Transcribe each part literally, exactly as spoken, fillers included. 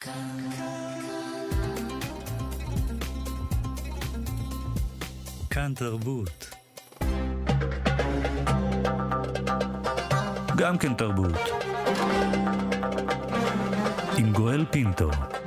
כאן תרבות. גם כן תרבות. עם גואל פינטו.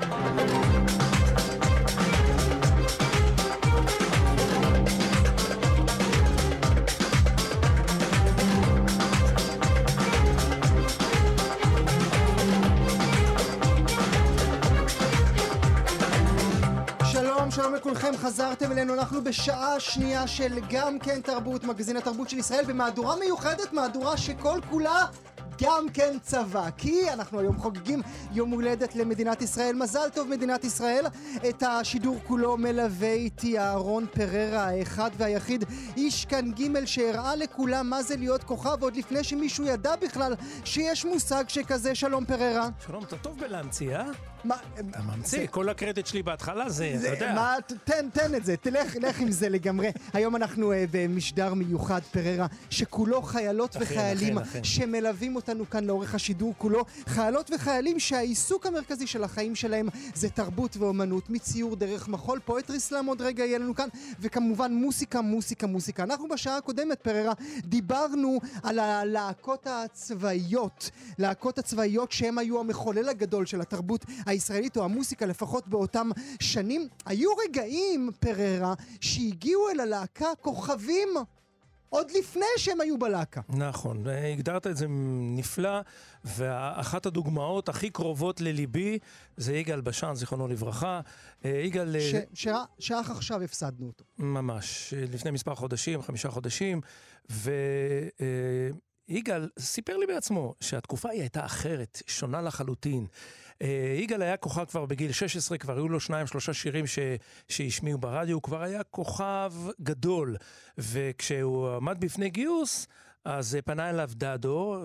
שלום לכולכם, חזרתם אלינו, אנחנו בשעה שנייה של גם כן תרבות, מגזין התרבות של ישראל, במהדורה מיוחדת, מהדורה שכל כולה גם כן צבא, כי אנחנו היום חוגגים יום הולדת למדינת ישראל. מזל טוב מדינת ישראל. את השידור כולו מלווה איתי אהרון פררה, האחד והיחיד, איש כאן ג' שהראה לכולם מה זה להיות כוכב, עוד לפני שמישהו ידע בכלל שיש מושג שכזה. שלום פררה. שלום, אתה טוב בלהמציא, אה? מה? אתה ממציא, כל הקרדיט שלי בהתחלה זה, אתה יודע. מה, תן, תן את זה, תלך, לך עם זה לגמרי. היום אנחנו במשדר מיוחד, פררה, שכולו חיילות וחיילים שמלווים אותנו כאן לאורך השידור כולו. חיילות וחיילים שהעיסוק המרכזי של החיים שלהם זה תרבות ואומנות, מציור דרך מחול, פואטרי סלאם עוד רגע יהיה לנו כאן, וכמובן מוסיקה, מוסיקה, מוסיקה. אנחנו בשעה הקודמת, פררה, דיברנו על הלהקות הצבאיות, להקות הצבאיות שהם היו המחולל הגדול של התרבות הישראלית או המוסיקה, לפחות באותם שנים. היו רגעים, פררה, שהגיעו אל הלהקה כוכבים עוד לפני שהם היו בלהקה. נכון, הגדרת את זה נפלא, ואחת הדוגמאות הכי קרובות לליבי זה יגאל בשן, זיכרונו לברכה. יגאל... ש... ש... שאך עכשיו הפסדנו אותו. ממש, לפני מספר חודשים, חמישה חודשים, ו... יגאל סיפר לי בעצמו שהתקופה היא הייתה אחרת, שונה לחלוטין. יגאל היה כוכב כבר בגיל שש עשרה, כבר היו לו שניים, שלושה שירים ש... שהשמיעו ברדיו, הוא כבר היה כוכב גדול, וכשהוא עמד בפני גיוס, אז פנה אליו דדו,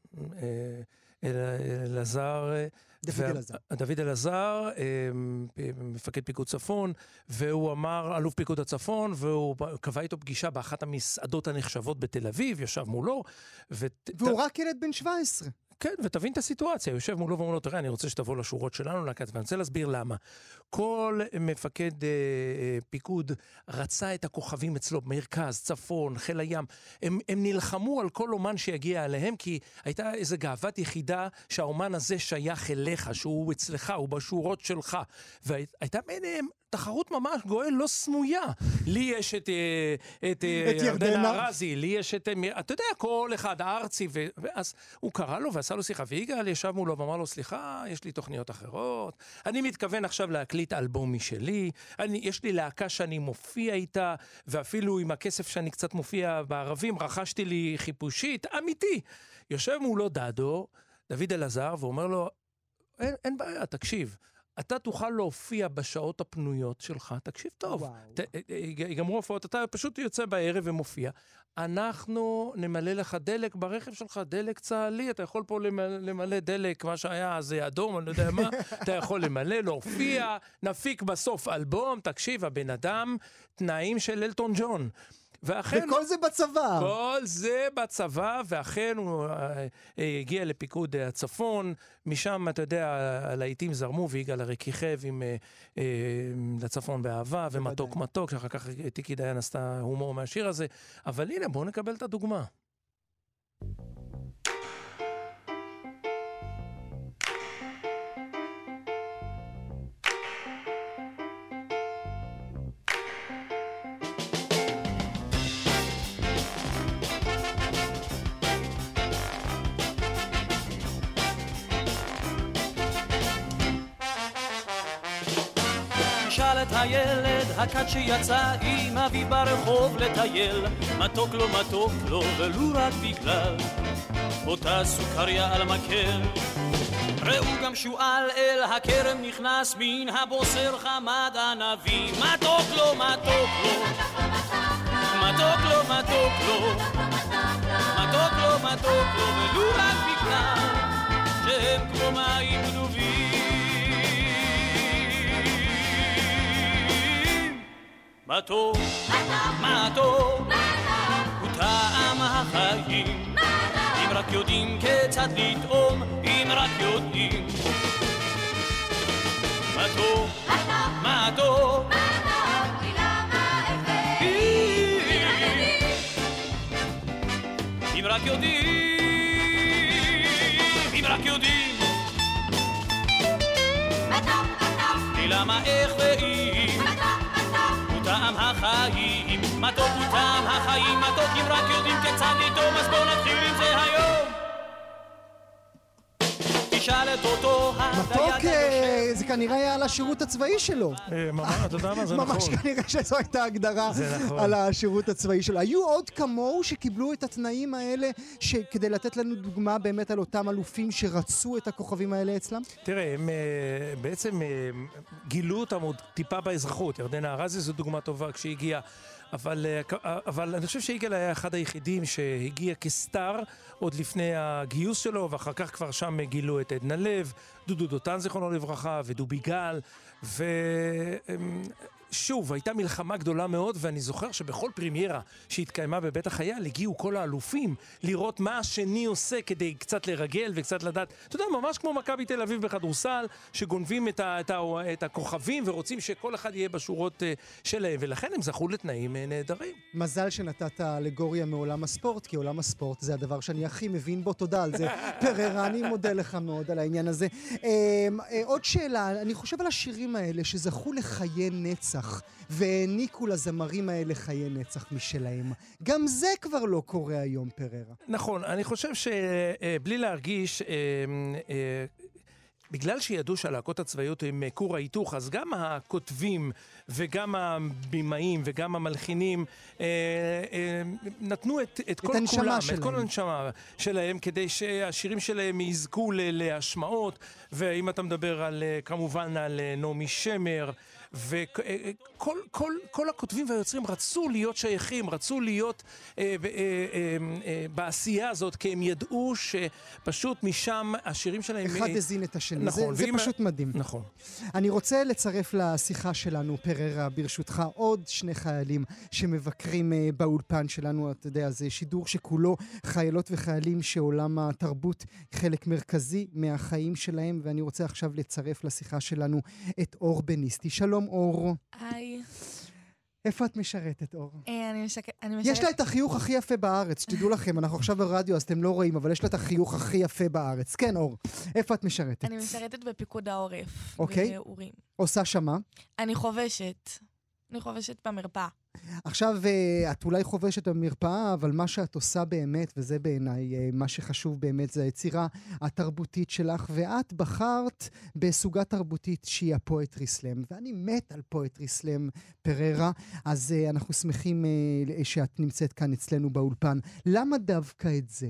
אלעזר, דוד אלעזר. דוד אלעזר, מפקד פיקוד צפון, והוא אמר, אלוף פיקוד הצפון, והוא קבע איתו פגישה באחת המסעדות הנחשבות בתל אביב, ישב מולו. והוא רק ילד בן שבע עשרה. כן, ותבין את הסיטואציה, יושב מולו ואומר לו, תראה, אני רוצה שתבוא לשורות שלנו, ואני רוצה להסביר למה. כל מפקד אה, פיקוד רצה את הכוכבים אצלו, מרכז, צפון, חיל הים, הם, הם נלחמו על כל אומן שיגיע אליהם, כי הייתה איזו גאוות יחידה שהאומן הזה שייך אליך, שהוא אצלך, הוא בשורות שלך, והייתה ביניהם תחרות ממש, גואל לא סמויה. לי יש את, את, את ירדנה ארזי, לי יש את, אתה יודע, כל אחד, הארצי, ו, ואז הוא קרא לו ועשה לו שיחה, ויגאל ישב מולו ואמר לו, סליחה, יש לי תוכניות אחרות, אני מתכוון עכשיו להקליט אלבום משלי, אני, יש לי להקה שאני מופיע איתה, ואפילו עם הכסף שאני קצת מופיע בערבים, רכשתי לי חיפושית, אמיתי. יושב מולו דדו, דוד אלעזר, ואומר לו, אין, אין בעיה, תקשיב, אתה תוכל להופיע בשעות הפנויות שלך, תקשיב טוב, ת, יגמרו הופעות, אתה פשוט יוצא בערב ומופיע, אנחנו נמלא לך דלק ברכב שלך, דלק צהלי, אתה יכול פה למלא, למלא דלק, מה שהיה זה אדום, אני לא יודע מה, אתה יכול למלא, להופיע, נפיק בסוף אלבום, תקשיב, הבן אדם, תנאים של אלטון ג'ון. ואכן, וכל זה בצבא. כל זה בצבא, ואכן הוא הגיע לפיקוד הצפון, משם, אתה יודע, הלהיטים זרמו, והגיע לרקיחב עם לצפון באהבה, ומתוק מתוק, שאחר כך תיקי דיין עשתה הומור מהשיר הזה. אבל הנה, בואו נקבל את הדוגמה. שאל את הילד הכת שיצא עם אבי ברחוב לטייל, מתוק לו מתוק לו ולו רק בגלל אותה סוכריה על מקל. ראו גם שואל אל הכרם נכנס מן הבוסר חמד ענבי, מתוק לו מתוק לו מתוק לו מתוק לו מתוק לו מתוק לו ולו רק בגלל שהם כמו מים גנובים. מתוק, מתוק, הוא טעם החיים, אם רק יודעים כיצד לטעום, אם רק יודעים. הטוב, מה הטוב, כי למה החיים, אם רק יודעים, אם רק יודעים, כי למה החיים, הוא טעם החיים, מתוק הוא טעם החיים, מתוק אם רק יודעים כיצד לטעום, אז בואו נתחיל עם זה היום. תשאל את אותו מתוק זה כנראה היה על השירות הצבאי שלו. ממש, אתה יודע מה, זה נכון. ממש כנראה שזו הייתה הגדרה על השירות הצבאי שלו. היו עוד כמוהו שקיבלו את התנאים האלה, כדי לתת לנו דוגמה באמת על אותם אלופים שרצו את הכוכבים האלה אצלם? תראה, הם בעצם גילו אותם עוד טיפה באזרחות. ירדנה ארזי זו דוגמה טובה כשהגיעה. אבל, אבל אני חושב שיגאל היה אחד היחידים שהגיע כסטאר עוד לפני הגיוס שלו, ואחר כך כבר שם גילו את עדנה לב, דודו דותן זיכרונו לברכה, ודובי גל, ושוב, הייתה מלחמה גדולה מאוד, ואני זוכר שבכל פרימיירה שהתקיימה בבית החייל, הגיעו כל האלופים לראות מה השני עושה כדי קצת לרגל וקצת לדעת. אתה יודע, ממש כמו מכבי תל אביב בכדורסל, שגונבים את, ה, את, ה, את הכוכבים ורוצים שכל אחד יהיה בשורות שלהם, ולכן הם זכו לתנאים נהדרים. מזל שנתת אלגוריה מעולם הספורט, כי עולם הספורט זה הדבר שאני הכי מבין בו. תודה על זה. פררה, אני מודה לך מאוד על העניין הזה. עוד שאלה, אני חושב על השירים האלה שזכו לחיי נצח. והעניקו לזמרים האלה חיי נצח משלהם. גם זה כבר לא קורה היום, פררה. נכון, אני חושב שבלי להרגיש, בגלל שידעו שהלהקות הצבאיות הם כור ההיתוך, אז גם הכותבים וגם הבימאים וגם המלחינים נתנו את, את כל כולם, את כל הנשמה שלהם, כדי שהשירים שלהם יזכו להשמעות, ואם אתה מדבר על, כמובן על נעמי שמר, וכל כל, כל הכותבים והיוצרים רצו להיות שייכים, רצו להיות אה, אה, אה, אה, בעשייה הזאת, כי הם ידעו שפשוט משם השירים שלהם... אחד הזין את השני, נכון, זה, זה פשוט מדהים. נכון. אני רוצה לצרף לשיחה שלנו, פררה, ברשותך, עוד שני חיילים שמבקרים אה, באולפן שלנו, אתה יודע, זה שידור שכולו חיילות וחיילים שעולם התרבות חלק מרכזי מהחיים שלהם, ואני רוצה עכשיו לצרף לשיחה שלנו את אור בניסטי. שלום אור. היי. איפה את משרתת, אור? אני משרתת... יש לה את החיוך הכי יפה בארץ, שתדעו לכם, אנחנו עכשיו ברדיו אז אתם לא רואים, אבל יש לה את החיוך הכי יפה בארץ. כן, אור. איפה את משרתת? אני משרתת בפיקוד העורף. אוקיי. באורים. עושה שמה? אני חובשת. אני חובשת במרפאה. עכשיו, את אולי חובשת במרפאה, אבל מה שאת עושה באמת, וזה בעיניי מה שחשוב באמת, זה היצירה התרבותית שלך, ואת בחרת בסוגה תרבותית שהיא הפואטרי סלאם, ואני מת על פואטרי סלאם, פררה, אז אנחנו שמחים שאת נמצאת כאן אצלנו באולפן. למה דווקא את זה?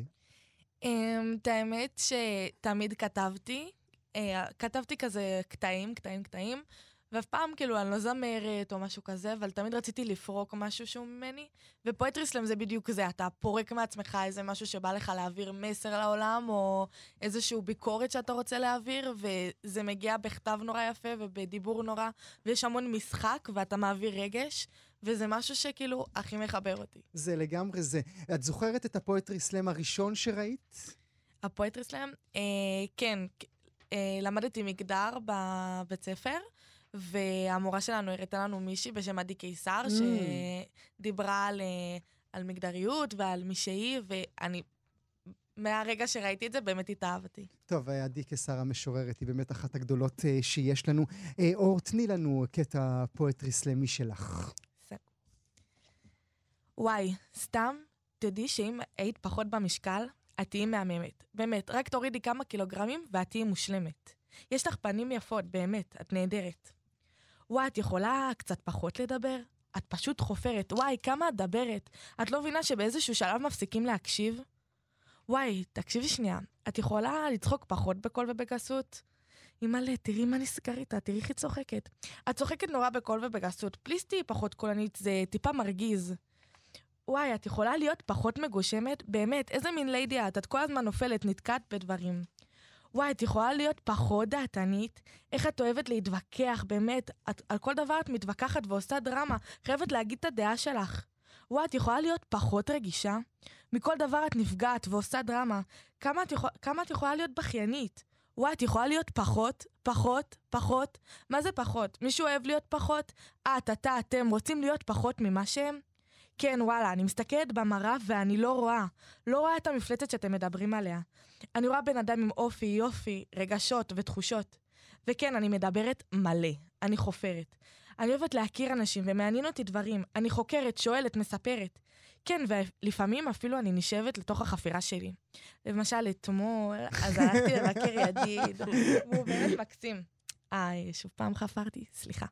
את האמת שתמיד כתבתי, כתבתי כזה קטעים, קטעים, קטעים, ואף פעם כאילו אני לא זמרת או משהו כזה, אבל תמיד רציתי לפרוק משהו שהוא ממני, ופואטרי סלאם זה בדיוק זה, אתה פורק מעצמך איזה משהו שבא לך להעביר מסר לעולם, או איזשהו ביקורת שאתה רוצה להעביר, וזה מגיע בכתב נורא יפה ובדיבור נורא, ויש המון משחק ואתה מעביר רגש, וזה משהו שכאילו הכי מחבר אותי. זה לגמרי זה. את זוכרת את הפואטרי סלאם הראשון שראית? הפואטרי סלאם? אה, כן, אה, למדתי מגדר בבית ספר, והמורה שלנו הראתה לנו מישהי בשם עדי קיסר, mm. שדיברה על, על מגדריות ועל מישהי, ואני, מהרגע שראיתי את זה, באמת התאהבתי. טוב, עדי קיסר המשוררת, היא באמת אחת הגדולות שיש לנו. אור, תני לנו קטע פואטרי סלאמי שלך. וואי, סתם, תדעי שאם היית פחות במשקל, את תהיי מהממת. באמת, רק תורידי כמה קילוגרמים ואת תהיי מושלמת. יש לך פנים יפות, באמת, את נהדרת. וואי, את יכולה קצת פחות לדבר? את פשוט חופרת. וואי, כמה את דברת. את לא מבינה שבאיזשהו שלב מפסיקים להקשיב? וואי, תקשיבי שנייה. את יכולה לצחוק פחות בקול ובגסות? אמא'לה, תראי מה נסגר איתה, תראי איך היא צוחקת. את צוחקת נורא בקול ובגסות. פליס תהי פחות קולנית, זה טיפה מרגיז. וואי, את יכולה להיות פחות מגושמת? באמת, איזה מין לידי את? את כל הזמן נופלת, נתקעת בדברים. וואי, את יכולה להיות פחות דעתנית? איך את אוהבת להתווכח, באמת? את, על כל דבר את מתווכחת ועושה דרמה, חייבת להגיד את הדעה שלך. וואי, את יכולה להיות פחות רגישה? מכל דבר את נפגעת ועושה דרמה. כמה את, יכול, כמה את יכולה להיות בכיינית? וואי, את יכולה להיות פחות, פחות, פחות? מה זה פחות? מישהו אוהב להיות פחות? את, אתה, אתם רוצים להיות פחות ממה שהם? כן, וואלה, אני מסתכלת במראה ואני לא רואה. לא רואה את המפלצת שאתם מדברים עליה. אני רואה בן אדם עם אופי, יופי, רגשות ותחושות. וכן, אני מדברת מלא. אני חופרת. אני אוהבת להכיר אנשים ומעניין אותי דברים. אני חוקרת, שואלת, מספרת. כן, ולפעמים אפילו אני נשבת לתוך החפירה שלי. למשל, אתמול, אז הלכתי לבקר ידיד, והוא באמת מקסים. אה, שוב פעם חפרתי, סליחה.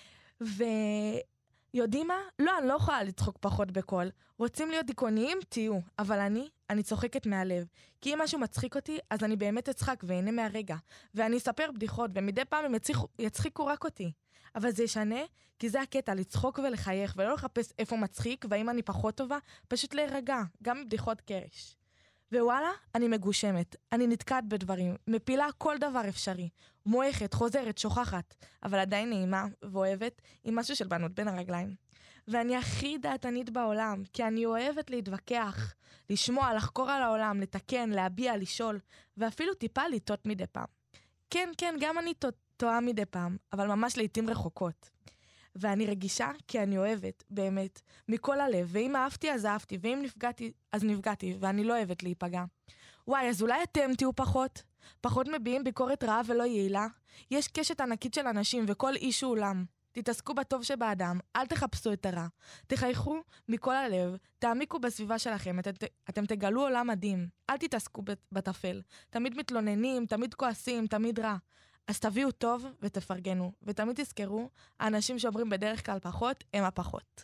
ויודעים מה? לא, אני לא יכולה לצחוק פחות בקול. רוצים להיות דיכאוניים? תהיו. אבל אני, אני צוחקת מהלב. כי אם משהו מצחיק אותי, אז אני באמת אצחק ואהנה מהרגע. ואני אספר בדיחות, ומדי פעם הם יצחיקו, יצחיקו רק אותי. אבל זה ישנה, כי זה הקטע, לצחוק ולחייך, ולא לחפש איפה מצחיק, והאם אני פחות טובה, פשוט להירגע, גם בבדיחות קרש. ווואלה, אני מגושמת, אני נתקעת בדברים, מפילה כל דבר אפשרי, מועכת, חוזרת, שוכחת, אבל עדיין נעימה ואוהבת עם משהו של בנות בין הרגליים. ואני הכי דעתנית בעולם, כי אני אוהבת להתווכח, לשמוע, לחקור על העולם, לתקן, להביע, לשאול, ואפילו טיפה לטעות מדי פעם. כן, כן, גם אני טועה מדי פעם, אבל ממש לעתים רחוקות. ואני רגישה כי אני אוהבת, באמת, מכל הלב, ואם אהבתי אז אהבתי, ואם נפגעתי אז נפגעתי, ואני לא אוהבת להיפגע. וואי, אז אולי אתם תהיו פחות? פחות מביעים ביקורת רעה ולא יעילה? יש קשת ענקית של אנשים וכל איש הוא עולם. תתעסקו בטוב שבאדם, אל תחפשו את הרע. תחייכו מכל הלב, תעמיקו בסביבה שלכם, את, אתם תגלו עולם מדהים. אל תתעסקו בטפל. תמיד מתלוננים, תמיד כועסים, תמיד רע. אז תביאו טוב ותפרגנו, ותמיד תזכרו, האנשים שאומרים בדרך כלל פחות, הם הפחות.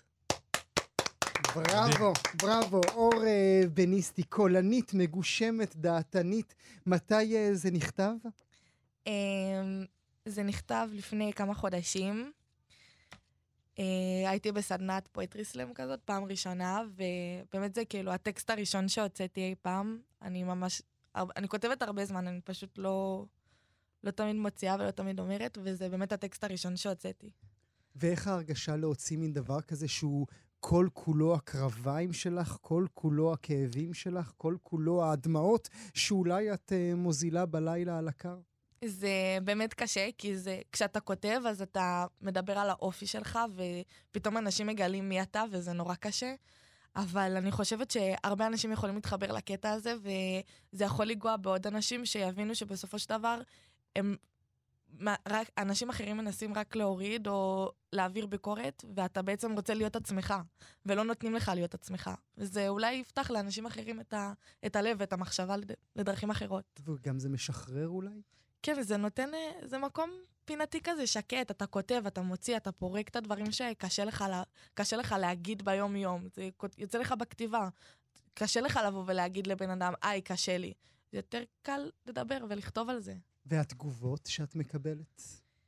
בראבו, בראבו. אור uh, בניסטי, קולנית, מגושמת, דעתנית. מתי uh, זה נכתב? Um, זה נכתב לפני כמה חודשים. Uh, הייתי בסדנת פואטרי סלאם כזאת, פעם ראשונה, ובאמת זה כאילו הטקסט הראשון שהוצאתי אי פעם. אני ממש, אני כותבת הרבה זמן, אני פשוט לא... לא תמיד מוציאה ולא תמיד אומרת, וזה באמת הטקסט הראשון שהוצאתי. ואיך ההרגשה להוציא מן דבר כזה שהוא כל כולו הקרביים שלך, כל כולו הכאבים שלך, כל כולו הדמעות, שאולי את uh, מוזילה בלילה על הקר? זה באמת קשה, כי זה, כשאתה כותב, אז אתה מדבר על האופי שלך, ופתאום אנשים מגלים מי אתה, וזה נורא קשה. אבל אני חושבת שהרבה אנשים יכולים להתחבר לקטע הזה, וזה יכול לגוע בעוד אנשים שיבינו שבסופו של דבר, הם, רק, אנשים אחרים מנסים רק להוריד או להעביר ביקורת, ואתה בעצם רוצה להיות עצמך, ולא נותנים לך להיות עצמך. וזה אולי יפתח לאנשים אחרים את, ה, את הלב ואת המחשבה לדרכים אחרות. וגם זה משחרר אולי? כן, זה נותן, זה מקום פינתי כזה, שקט, אתה כותב, אתה מוציא, אתה פורק את הדברים שקשה לך, קשה לך להגיד ביום יום. זה יוצא לך בכתיבה. קשה לך לבוא ולהגיד לבן אדם, איי, קשה לי. זה יותר קל לדבר ולכתוב על זה. והתגובות שאת מקבלת?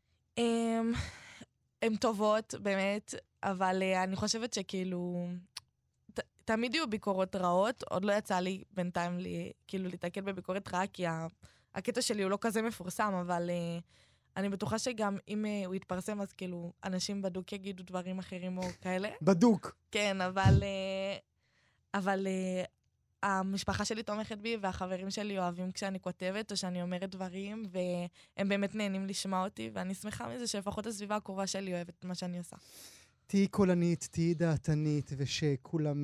הן טובות, באמת, אבל אני חושבת שכאילו, ת, תמיד יהיו ביקורות רעות, עוד לא יצא לי בינתיים לי, כאילו להתעכב בביקורת רעה, כי ה, הקטע שלי הוא לא כזה מפורסם, אבל אני בטוחה שגם אם הוא יתפרסם, אז כאילו, אנשים בדוק יגידו דברים אחרים או כאלה. בדוק. כן, אבל, אבל המשפחה שלי תומכת בי, והחברים שלי אוהבים כשאני כותבת, או שאני אומרת דברים, והם באמת נהנים לשמוע אותי, ואני שמחה מזה שלפחות הסביבה הקרובה שלי אוהבת את מה שאני עושה. תהי קולנית, תהי דעתנית, ושכולם...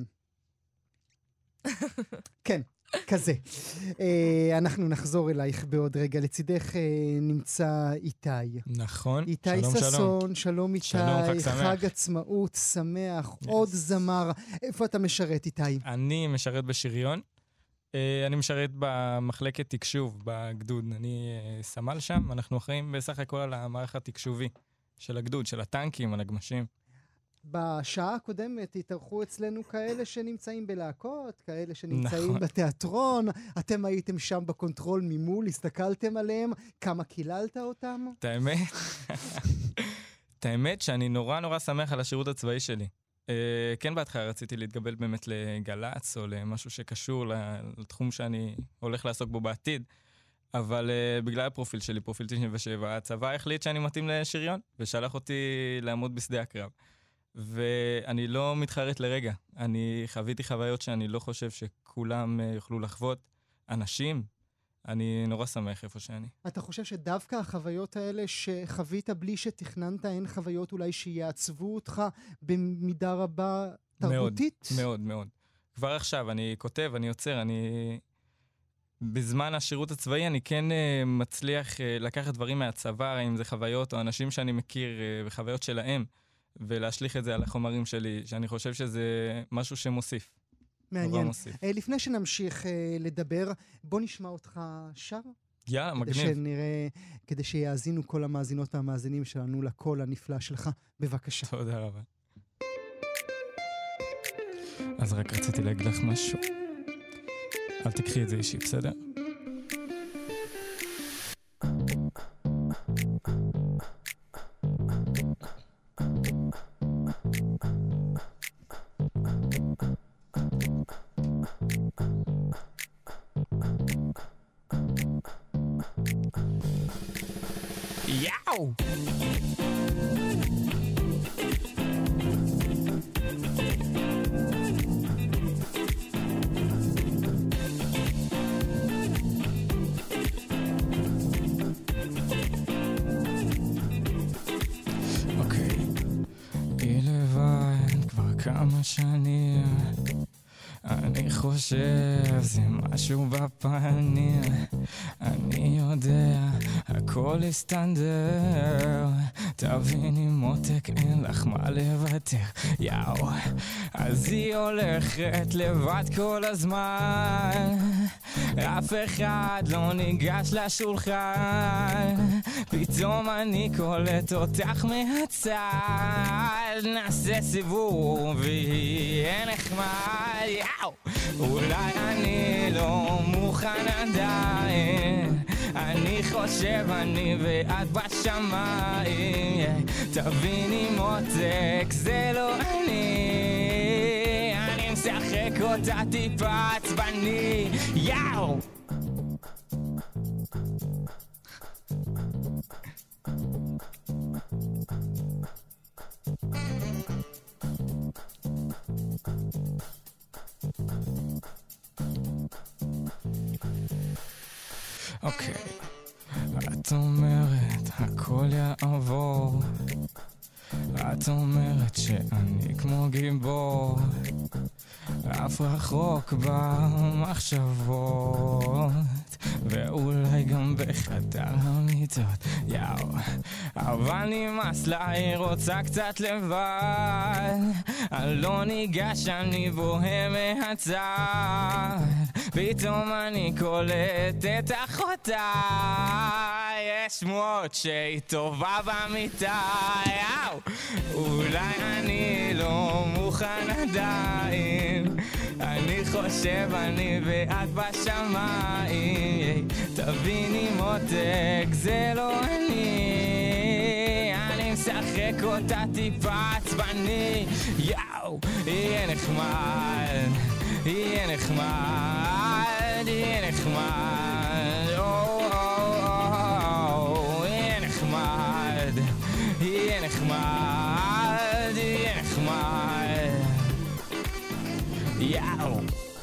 כן, כזה. אנחנו נחזור אלייך בעוד רגע. לצידך נמצא איתי. נכון. איתי ססון, שלום איתי. שלום, חג שמח. חג עצמאות, שמח, עוד זמר. איפה אתה משרת איתי? אני משרת בשריון. אני משרת במחלקת תקשוב, בגדוד. אני סמל שם. אנחנו אחראים בסך הכל על המערך התקשובי של הגדוד, של הטנקים, על הגמשים. בשעה הקודמת התארחו אצלנו כאלה שנמצאים בלהקות, כאלה שנמצאים נכון. בתיאטרון, אתם הייתם שם בקונטרול ממול, הסתכלתם עליהם, כמה קיללת אותם? את האמת, את האמת שאני נורא נורא שמח על השירות הצבאי שלי. אה, כן, בהתחלה רציתי להתקבל באמת לגלץ, או למשהו שקשור לתחום שאני הולך לעסוק בו בעתיד, אבל uh, בגלל הפרופיל שלי, פרופיל תשעים ושבע, הצבא החליט שאני מתאים לשריון, ושלח אותי לעמוד בשדה הקרב. ואני לא מתחרט לרגע. אני חוויתי חוויות שאני לא חושב שכולם uh, יוכלו לחוות. אנשים, אני נורא שמח איפה שאני. אתה חושב שדווקא החוויות האלה שחווית בלי שתכננת, הן חוויות אולי שיעצבו אותך במידה רבה תרבותית? מאוד, מאוד, מאוד. כבר עכשיו, אני כותב, אני יוצר, אני... בזמן השירות הצבאי אני כן uh, מצליח uh, לקחת דברים מהצבא, אם זה חוויות או אנשים שאני מכיר uh, וחוויות שלהם, ולהשליך את זה על החומרים שלי, שאני חושב שזה משהו שמוסיף. מעניין. מוסיף. Uh, לפני שנמשיך uh, לדבר, בוא נשמע אותך שר. יאללה, מגניב. כדי שנראה, כדי שיאזינו כל המאזינות והמאזינים שלנו לקול הנפלא שלך. בבקשה. תודה רבה. אז רק רציתי להגיד לך משהו. אל תקחי את זה אישי, בסדר? יאו! כמה שנים אני חושב זה משהו בפנים, אני יודע הכל יסתדר, תביני מותק אין לך מה לוותר, יאו. אז היא הולכת לבד כל הזמן, אף אחד לא ניגש לשולחן, פתאום אני קולט אותך מהצד, נעשה סיבוב ויהיה נחמד, יאו. אולי אני לא מוכן עדיין, אני חושב אני ואת בשמיים, תביני מותק זה לא אני, אני משחק אותה טיפה עצבני, יאו. אוקיי, את אומרת הכל יעבור, את אומרת שאני כמו גיבור, אף רחוק במחשבות, ואולי גם בחדר המיטות, יאו. אבל נמאס לה, היא רוצה קצת לבד, אני לא ניגש, אני בוהם מהצד, פתאום אני קולט את אחותה, יש שמועות שהיא טובה במיטה, יאו. אולי אני לא מוכן עדיין, אני חושב אני ואת בשמיים, תביני מותק זה לא אני, אני משחק אותה טיפה עצבני, יאו. יהיה נחמד, יהיה נחמד, יהיה נחמד, או או או, יהיה נחמד, יהיה נחמד, יהיה נחמד, יאו.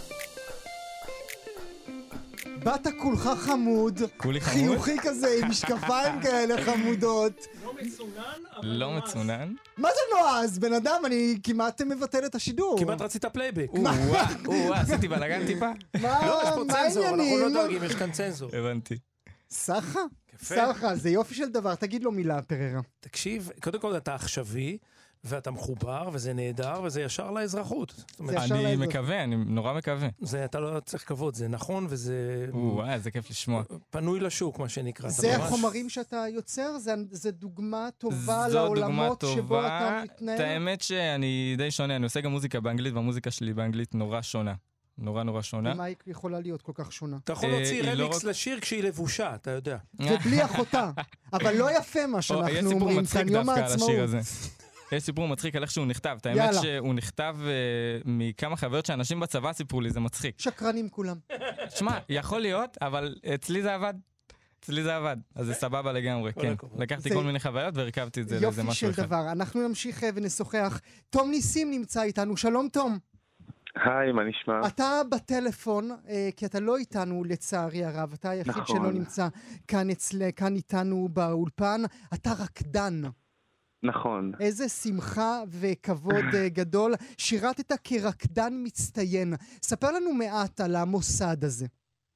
באת כולך חמוד, כולי חמוד? חיוכי כזה עם משקפיים כאלה חמודות. לא מצונן, אבל לא מצונן? מה זה נועז? בן אדם, אני כמעט מבטל את השידור. כמעט רצית פלייבק. או-אה, או-אה, עשיתי בלגן טיפה? מה לא, יש פה צנזור, אנחנו לא העניינים? דואגים, יש כאן צנזור. הבנתי. סחה? יפה. סחה, זה יופי של דבר, תגיד לו מילה פררה. תקשיב, קודם כל אתה עכשווי, ואתה מחובר, וזה נהדר, וזה ישר לאזרחות. זאת אומרת, זה ישר אני לאזור. מקווה, אני נורא מקווה. זה, אתה לא צריך כבוד, זה נכון, וזה וואי, איזה כיף לשמוע. פנוי לשוק, מה שנקרא. אתה זה ממש- החומרים שאתה יוצר? זה- זה דוגמה טובה זו דוגמה לעולמות שבו טובה. אתה את מתנהל? האמת שאני די שונה, אני עושה גם מוזיקה באנגלית, והמוזיקה שלי באנגלית נורא שונה. נורא נורא שונה. ומה היא יכולה להיות כל כך שונה? אתה יכול אה, להוציא היא לא רמיקס רק- לשיר כשהיא לבושה, אתה יודע. ובלי אחותה. אבל לא יפה מה או, יש שאנחנו סיפור אומרים מצחיק כאן, יום דווקא על העצמאות. השיר הזה. יש סיפור מצחיק על איך שהוא נכתב. את האמת יאללה. שהוא נכתב אה, מכמה חוויות שאנשים בצבא סיפרו לי, זה מצחיק. שקרנים כולם. שמע, יכול להיות, אבל אצלי זה עבד. אצלי זה עבד. אז זה סבבה לגמרי, כל כן. הכבוד. לקחתי זה- כל מיני חוויות והרכבתי את זה לאיזה יופי משהו של אחד. דבר. אנחנו נמשיך אה, ונשוחח. תום ניסים נמצא איתנו. שלום תום. היי, מה נשמע? אתה בטלפון, אה, כי אתה לא איתנו לצערי הרב, אתה היחיד נכון. שלא נמצא כאן, אצל, כאן איתנו באולפן, אתה רקדן. נכון. איזה שמחה וכבוד אה, גדול, שירתת כרקדן מצטיין. ספר לנו מעט על המוסד הזה.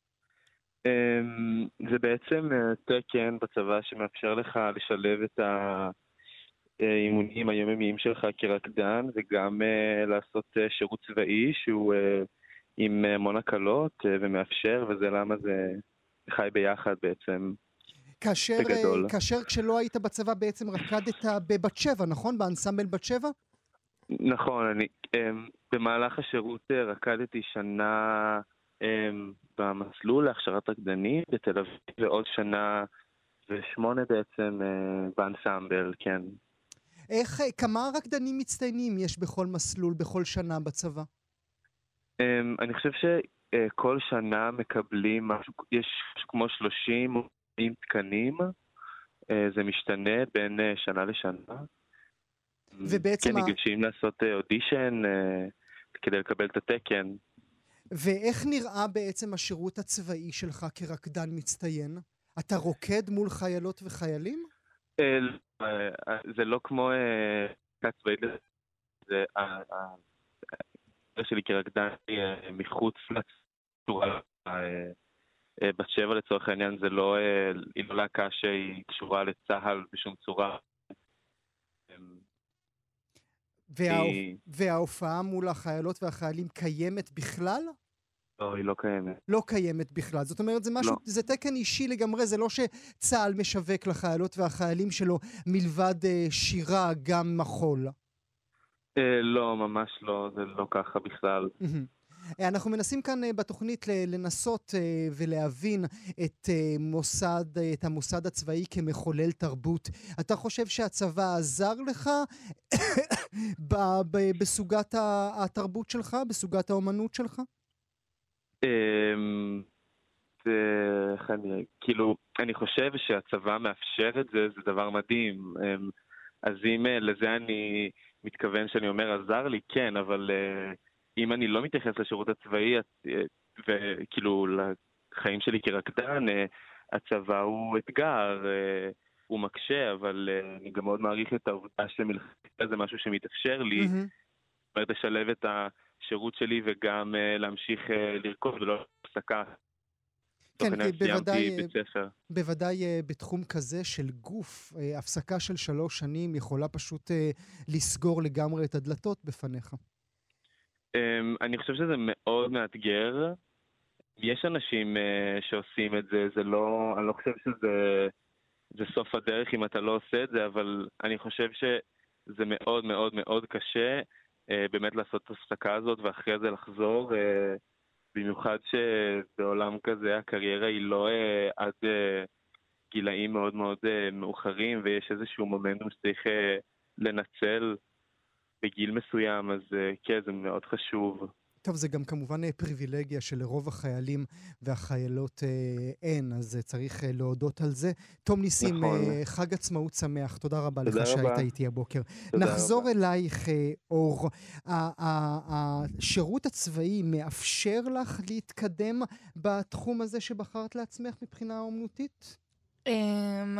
אמ, זה בעצם אה, תקן בצבא שמאפשר לך לשלב את האימונים היומיומיים שלך כרקדן, וגם אה, לעשות אה, שירות צבאי שהוא אה, עם המון הקלות אה, ומאפשר, וזה למה זה חי ביחד בעצם. כאשר, בגדול. אה, כאשר כשלא היית בצבא בעצם רקדת בבת שבע, נכון? באנסמבל בת שבע? נכון, אני אמ, במהלך השירות אה, רקדתי שנה אמ, במסלול להכשרת רקדנים בתל אביב, ועוד שנה ושמונה בעצם אה, באנסמבל, כן. איך, אה, כמה רקדנים מצטיינים יש בכל מסלול, בכל שנה בצבא? אמ, אני חושב שכל שנה מקבלים משהו, יש משהו כמו שלושים או ארבעים תקנים, אה, זה משתנה בין אה, שנה לשנה. ובעצם כן, ה- ניגשים לעשות אה, אודישן אה, כדי לקבל את התקן. ואיך נראה בעצם השירות הצבאי שלך כרקדן מצטיין? אתה רוקד מול חיילות וחיילים? אה, אה, זה לא כמו אה, רקד צבאי, זה ה- ה- ה- שלי כרקדן אה, מחוץ לצורה אה, אה, בת שבע לצורך העניין, זה לא, אה, היא לא להקה שהיא קשורה לצהל בשום צורה. וההופ... היא- וההופעה מול החיילות והחיילים קיימת בכלל? לא, היא לא קיימת. לא קיימת בכלל. זאת אומרת, זה משהו, לא. זה תקן אישי לגמרי, זה לא שצה"ל משווק לחיילות והחיילים שלו מלבד אה, שירה גם מחול. אה, לא, ממש לא, זה לא ככה בכלל. מהמם. אה, אנחנו מנסים כאן אה, בתוכנית ל- לנסות אה, ולהבין את אה, מוסד, אה, את המוסד הצבאי כמחולל תרבות. אתה חושב שהצבא עזר לך ב- ב- בסוגת ה- התרבות שלך, בסוגת האומנות שלך? אמ, זה- איך אני, כאילו, אני חושב שהצבא מאפשר את זה, זה דבר מדהים. אמ, אז אם אה, לזה אני מתכוון שאני אומר עזר לי, כן, אבל אה, אם אני לא מתייחס לשירות הצבאי, אה, וכאילו לחיים שלי כרקדן, אה, הצבא הוא אתגר, אה, הוא מקשה, אבל אה, אני גם מאוד מעריך את העובדה שמלכתחילה זה משהו שמתאפשר לי, מהמם. זאת אומרת, לשלב את השירות שלי וגם אה, להמשיך אה, לרקוד ולא הפסקה. כן, תוך עניין כי בוודאי, סיימתי בית ספר. בוודאי אה, בתחום כזה של גוף, אה, הפסקה של שלוש שנים יכולה פשוט אה, לסגור לגמרי את הדלתות בפניך. אמ, אני חושב שזה מאוד מאתגר. יש אנשים אה, שעושים את זה, זה לא, אני לא חושב שזה זה סוף הדרך אם אתה לא עושה את זה, אבל אני חושב שזה מאוד מאוד מאוד קשה אה, באמת לעשות את ההפסקה הזאת ואחרי זה לחזור, אה, במיוחד שבעולם כזה הקריירה היא לא אה, עד אה, גילאים מאוד מאוד אה, מאוחרים, ויש איזשהו מומנטום שצריך אה, לנצל בגיל מסוים, אז אה, כן, זה מאוד חשוב. טוב, זה גם כמובן אה, פריבילגיה שלרוב החיילים והחיילות אה, אין, אז אה, צריך אה, להודות על זה. תום ניסים, נכון. אה, חג עצמאות שמח, תודה רבה תודה לך שהיית רבה. איתי הבוקר. תודה נחזור רבה. אלייך, אה, אור. ה- ה- השירות הצבאי מאפשר לך להתקדם בתחום הזה שבחרת לעצמך מבחינה אומנותית? אמ,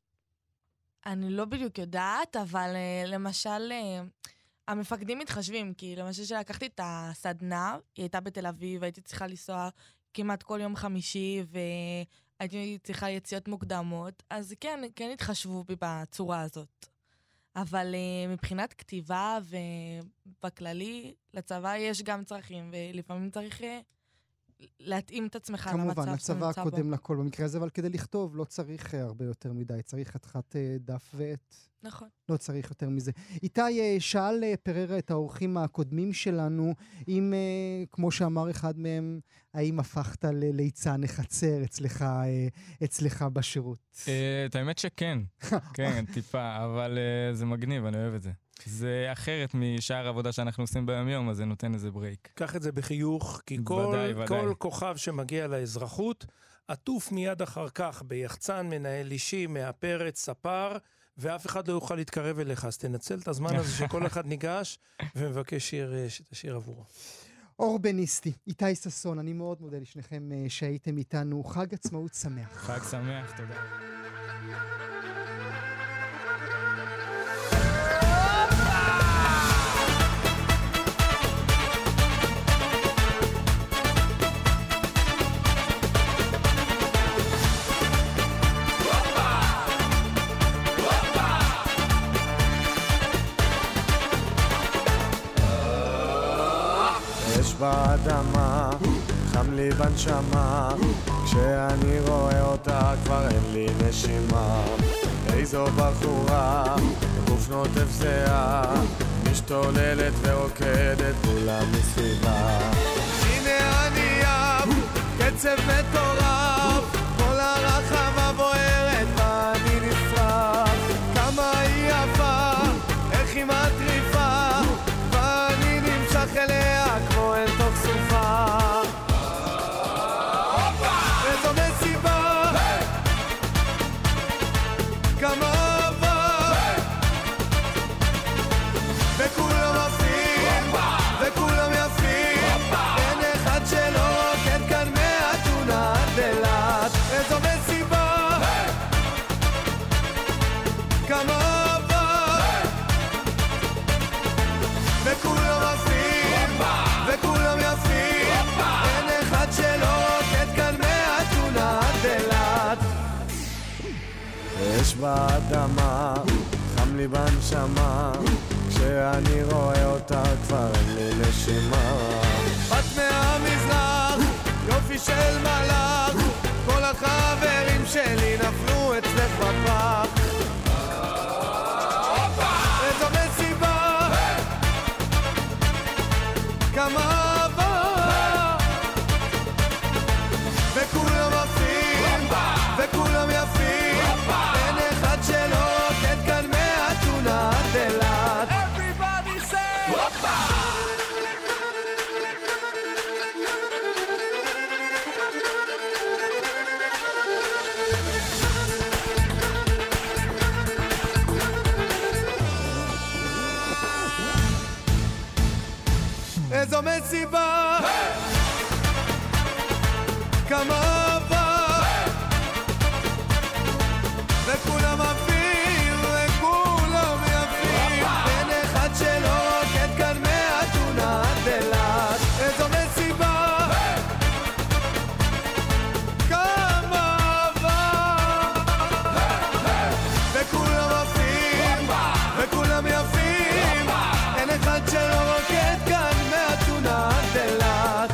אני לא בדיוק יודעת, אבל אה, למשל, אה, המפקדים מתחשבים, כי למשל שלקחתי את הסדנה, היא הייתה בתל אביב, והייתי צריכה לנסוע כמעט כל יום חמישי, והייתי צריכה יציאות מוקדמות, אז כן, כן התחשבו בי בצורה הזאת. אבל אה, מבחינת כתיבה ובכללי, לצבא יש גם צרכים, ולפעמים צריך אה, להתאים את עצמך למצב כמובן, שאתה הצבא נמצא בו. קודם לכל במקרה הזה, אבל כדי לכתוב לא צריך אה, הרבה יותר מדי, צריך חתיכת אה, דף ועט. נכון. לא צריך יותר מזה. איתי, אה, שאל אה, פררה את האורחים הקודמים שלנו, אם, אה, כמו שאמר אחד מהם, האם הפכת לליצן החצר אצלך, אה, אצלך בשירות? אה, את האמת שכן, כן, טיפה, אבל אה, זה מגניב, אני אוהב את זה. זה אחרת משאר העבודה שאנחנו עושים ביום יום, אז זה נותן איזה ברייק. קח את זה בחיוך, כי כל, ודאי, ודאי. כל כוכב שמגיע לאזרחות, עטוף מיד אחר כך ביחצן, מנהל אישי, מאפרת, ספר, ואף אחד לא יוכל להתקרב אליך, אז תנצל את הזמן הזה שכל אחד ניגש ומבקש שיר אה, שתשיר עבורו. אור בניסטי, איתי ששון, אני מאוד מודה לשניכם שהייתם איתנו. חג עצמאות שמח. חג שמח, תודה. באדמה, חם לי בנשמה, כשאני רואה אותה כבר אין לי נשימה. איזו בחורה, גוף נוטף זהה, משתוללת ורוקדת כולה מסביבה. הנה אני אב, קצב מטורף, כל הרחבה בוערת ואני נשרף. כמה היא יפה, איך היא מטריפה, ואני נמשך אליה כמו אל תוך סופה. איזו מסיבה, כמה אהבה, וכולם עפים, וכולם יפים, אין אחד שלא רוקד כאן מאתונה עד אילת. איזו מסיבה, כמה אהבה, וכולם עפים, וכולם יפים, אין אחד שלא רוקד כאן מאתונה עד אילת. יש באדמה, חם לי בנשמה, כשאני רואה אותה כבר אין לי נשימה. בת מהמזרח, יופי של מלאך, כל החברים שלי נפלו אצלך בפח. איזו מסיבה, כמה אהבה, וכולם עפים, וכולם יפים, אין אחד שלא רוקד כאן מאתונה עד אילת. Everybody say איזו מסיבה, כמה אהבה, וכולם עפים, וכולם יפים, אין אחד שלא רוקד כאן מאתונה עד אילת. איזו מסיבה, כמה אהבה, וכולם עפים, וכולם יפים, אין אחד שלא רוקד כאן מאתונה עד אילת.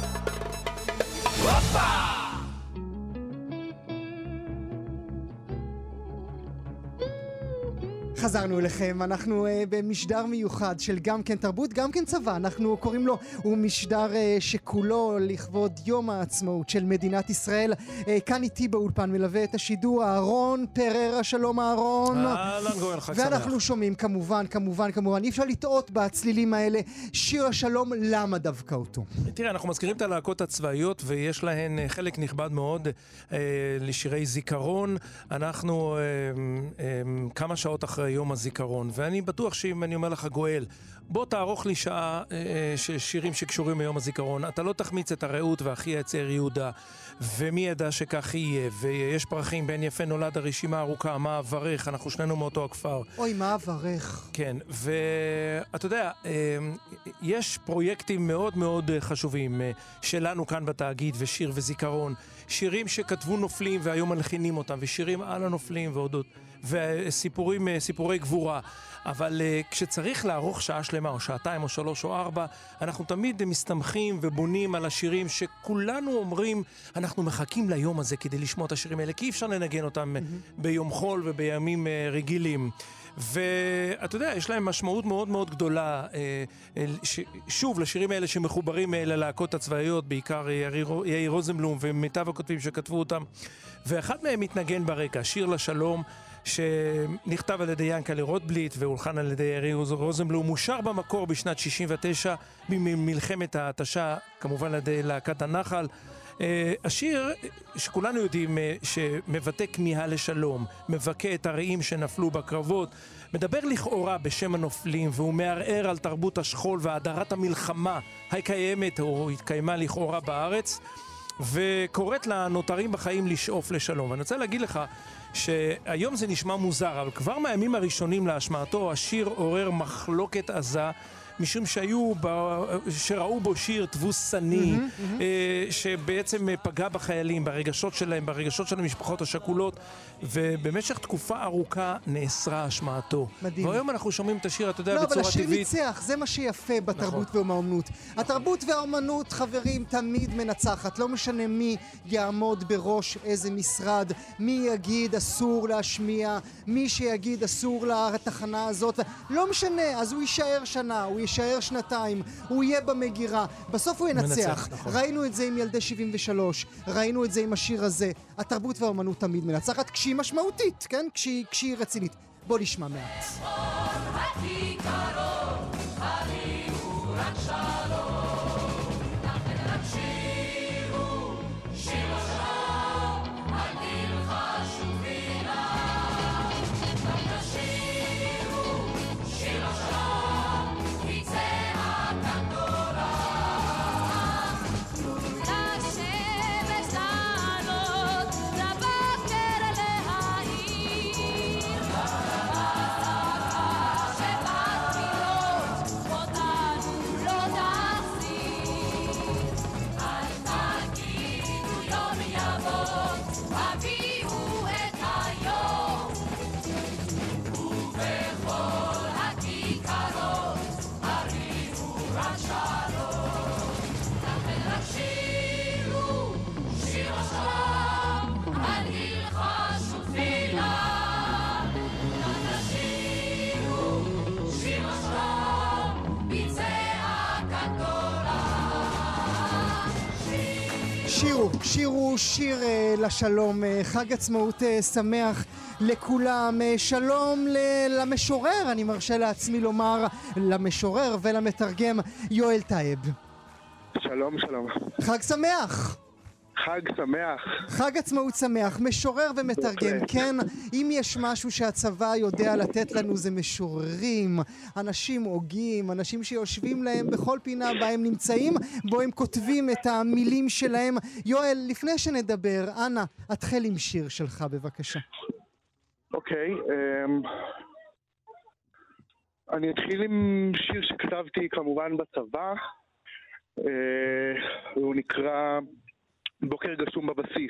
חזרנו אליכם, אנחנו uh, במשדר מיוחד של גם כן תרבות, גם כן צבא, אנחנו קוראים לו, הוא משדר uh, שכולו לכבוד יום העצמאות של מדינת ישראל. uh, כאן איתי באולפן מלווה את השידור אהרון פררה, שלום אהרון. אהלן גואל, חג שמח. ואנחנו שומעים כמובן, כמובן, כמובן, אי אפשר לטעות בצלילים האלה, שיר השלום, למה דווקא אותו? תראה, אנחנו מזכירים את הלהקות הצבאיות ויש להן uh, חלק נכבד מאוד uh, לשירי זיכרון. אנחנו uh, uh, כמה שעות אחרי יום הזיכרון, ואני בטוח שאם אני אומר לך גואל, בוא תערוך לי שעה אה, שירים שקשורים ליום הזיכרון, אתה לא תחמיץ את הרעות והכי הצעיר יהודה, ומי ידע שכך יהיה, ויש פרחים בין יפה נולד, הרשימה ארוכה, מה עברך, אנחנו שנינו מאותו הכפר. אוי, מה עברך? כן, ואתה יודע, אה, יש פרויקטים מאוד מאוד חשובים אה, שלנו כאן בתאגיד, ושיר וזיכרון, שירים שכתבו נופלים והיום מלחינים אותם, ושירים על הנופלים ועודות, וסיפורים, סיפורי גבורה. אבל uh, כשצריך לערוך שעה שלמה, או שעתיים, או שלוש, או ארבע, אנחנו תמיד מסתמכים ובונים על השירים שכולנו אומרים, אנחנו מחכים ליום הזה כדי לשמוע את השירים האלה, כי אי אפשר לנגן אותם mm-hmm. ביום חול ובימים uh, רגילים. ואתה יודע, יש להם משמעות מאוד מאוד גדולה, ש... שוב, לשירים האלה שמחוברים ללהקות הצבאיות, בעיקר יאיר רוזנבלום ומיטב הכותבים שכתבו אותם. ואחד מהם מתנגן ברקע, שיר לשלום, שנכתב על ידי ינקלה רוטבליט והולחן על ידי יאיר רוזנבלום, מושר במקור בשנת שישים ותשע במלחמת ההתשה, כמובן על ידי להקת הנחל. השיר שכולנו יודעים שמבטא כמיהה לשלום, מבקע את הרעים שנפלו בקרבות, מדבר לכאורה בשם הנופלים, והוא מערער על תרבות השכול והדרת המלחמה הקיימת או התקיימה לכאורה בארץ, וקוראת לנותרים בחיים לשאוף לשלום. ואני רוצה להגיד לך שהיום זה נשמע מוזר, אבל כבר מהימים הראשונים להשמעתו השיר עורר מחלוקת עזה, משום שהיו, שראו בו שיר תבוסני, mm-hmm, mm-hmm. שבעצם פגע בחיילים, ברגשות שלהם, ברגשות של המשפחות השכולות, ובמשך תקופה ארוכה נאסרה השמעתו. מדהים. והיום אנחנו שומעים את השיר, אתה יודע, לא, בצורה טבעית. לא, אבל השיר ניצח, זה מה שיפה בתרבות נכון. והאומנות. התרבות והאומנות, חברים, תמיד מנצחת. לא משנה מי יעמוד בראש איזה משרד, מי יגיד אסור להשמיע, מי שיגיד אסור לתחנה הזאת, לא משנה, אז הוא יישאר שנה, הוא יישאר שנתיים, הוא יהיה במגירה, בסוף הוא ינצח. מנצח, נכון. ראינו את זה עם ילדי שבעים ושלוש, ראינו את זה עם השיר הזה. התרבות והאומנות תמיד מנצחת כשהיא משמעותית, כן? כשהיא, כשהיא רצינית. בוא נשמע מעט. שירו, שירו שיר uh, לשלום, uh, חג עצמאות uh, שמח לכולם, uh, שלום ל- למשורר, אני מרשה לעצמי לומר למשורר ולמתרגם יואל טייב. שלום, שלום. חג שמח. חג שמח. חג עצמאות שמח, משורר ומתרגם, כן, אם יש משהו שהצבא יודע לתת לנו זה משוררים, אנשים הוגים, אנשים שיושבים להם בכל פינה בה הם נמצאים, בו הם כותבים את המילים שלהם. יואל, לפני שנדבר, אנא, התחל עם שיר שלך בבקשה. אוקיי, um, אני אתחיל עם שיר שכתבתי כמובן בצבא, uh, הוא נקרא בוקר גשום בבסיס.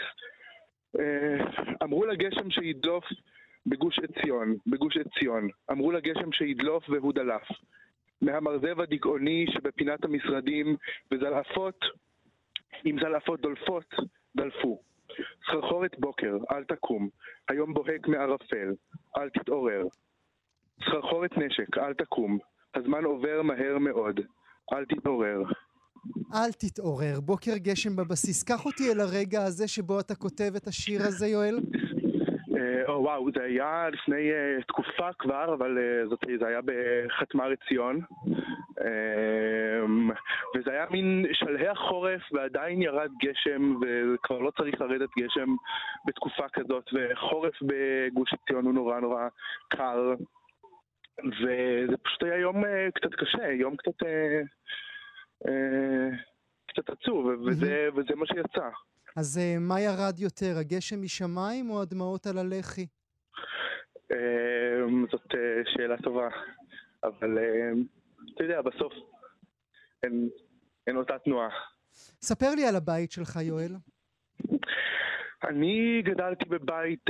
אמרו לגשם שידלוף בגוש עציון, בגוש עציון. אמרו לגשם שידלוף והוא דלף. מהמרזב הדגעוני שבפינת המשרדים, וזלעפות, עם זלעפות דולפות, דלפו. סחרחורת בוקר, אל תקום. היום בוהק מערפל, אל תתעורר. סחרחורת נשק, אל תקום. הזמן עובר מהר מאוד, אל תתעורר. אל תתעורר, בוקר גשם בבסיס. קח אותי אל הרגע הזה שבו אתה כותב את השיר הזה, יואל. או וואו, זה היה לפני תקופה כבר, אבל זה היה בחתמר עציון. וזה היה מין שלהי החורף, ועדיין ירד גשם, וכבר לא צריך לרדת גשם בתקופה כזאת, וחורף בגוש עציון הוא נורא נורא קר. וזה פשוט היה יום קצת קשה, יום קצת... קצת עצוב, וזה, וזה מה שיצא. אז מה ירד יותר, הגשם משמיים או הדמעות על הלחי? זאת שאלה טובה, אבל אתה יודע, בסוף אין, אין אותה תנועה. ספר לי על הבית שלך, יואל. אני גדלתי בבית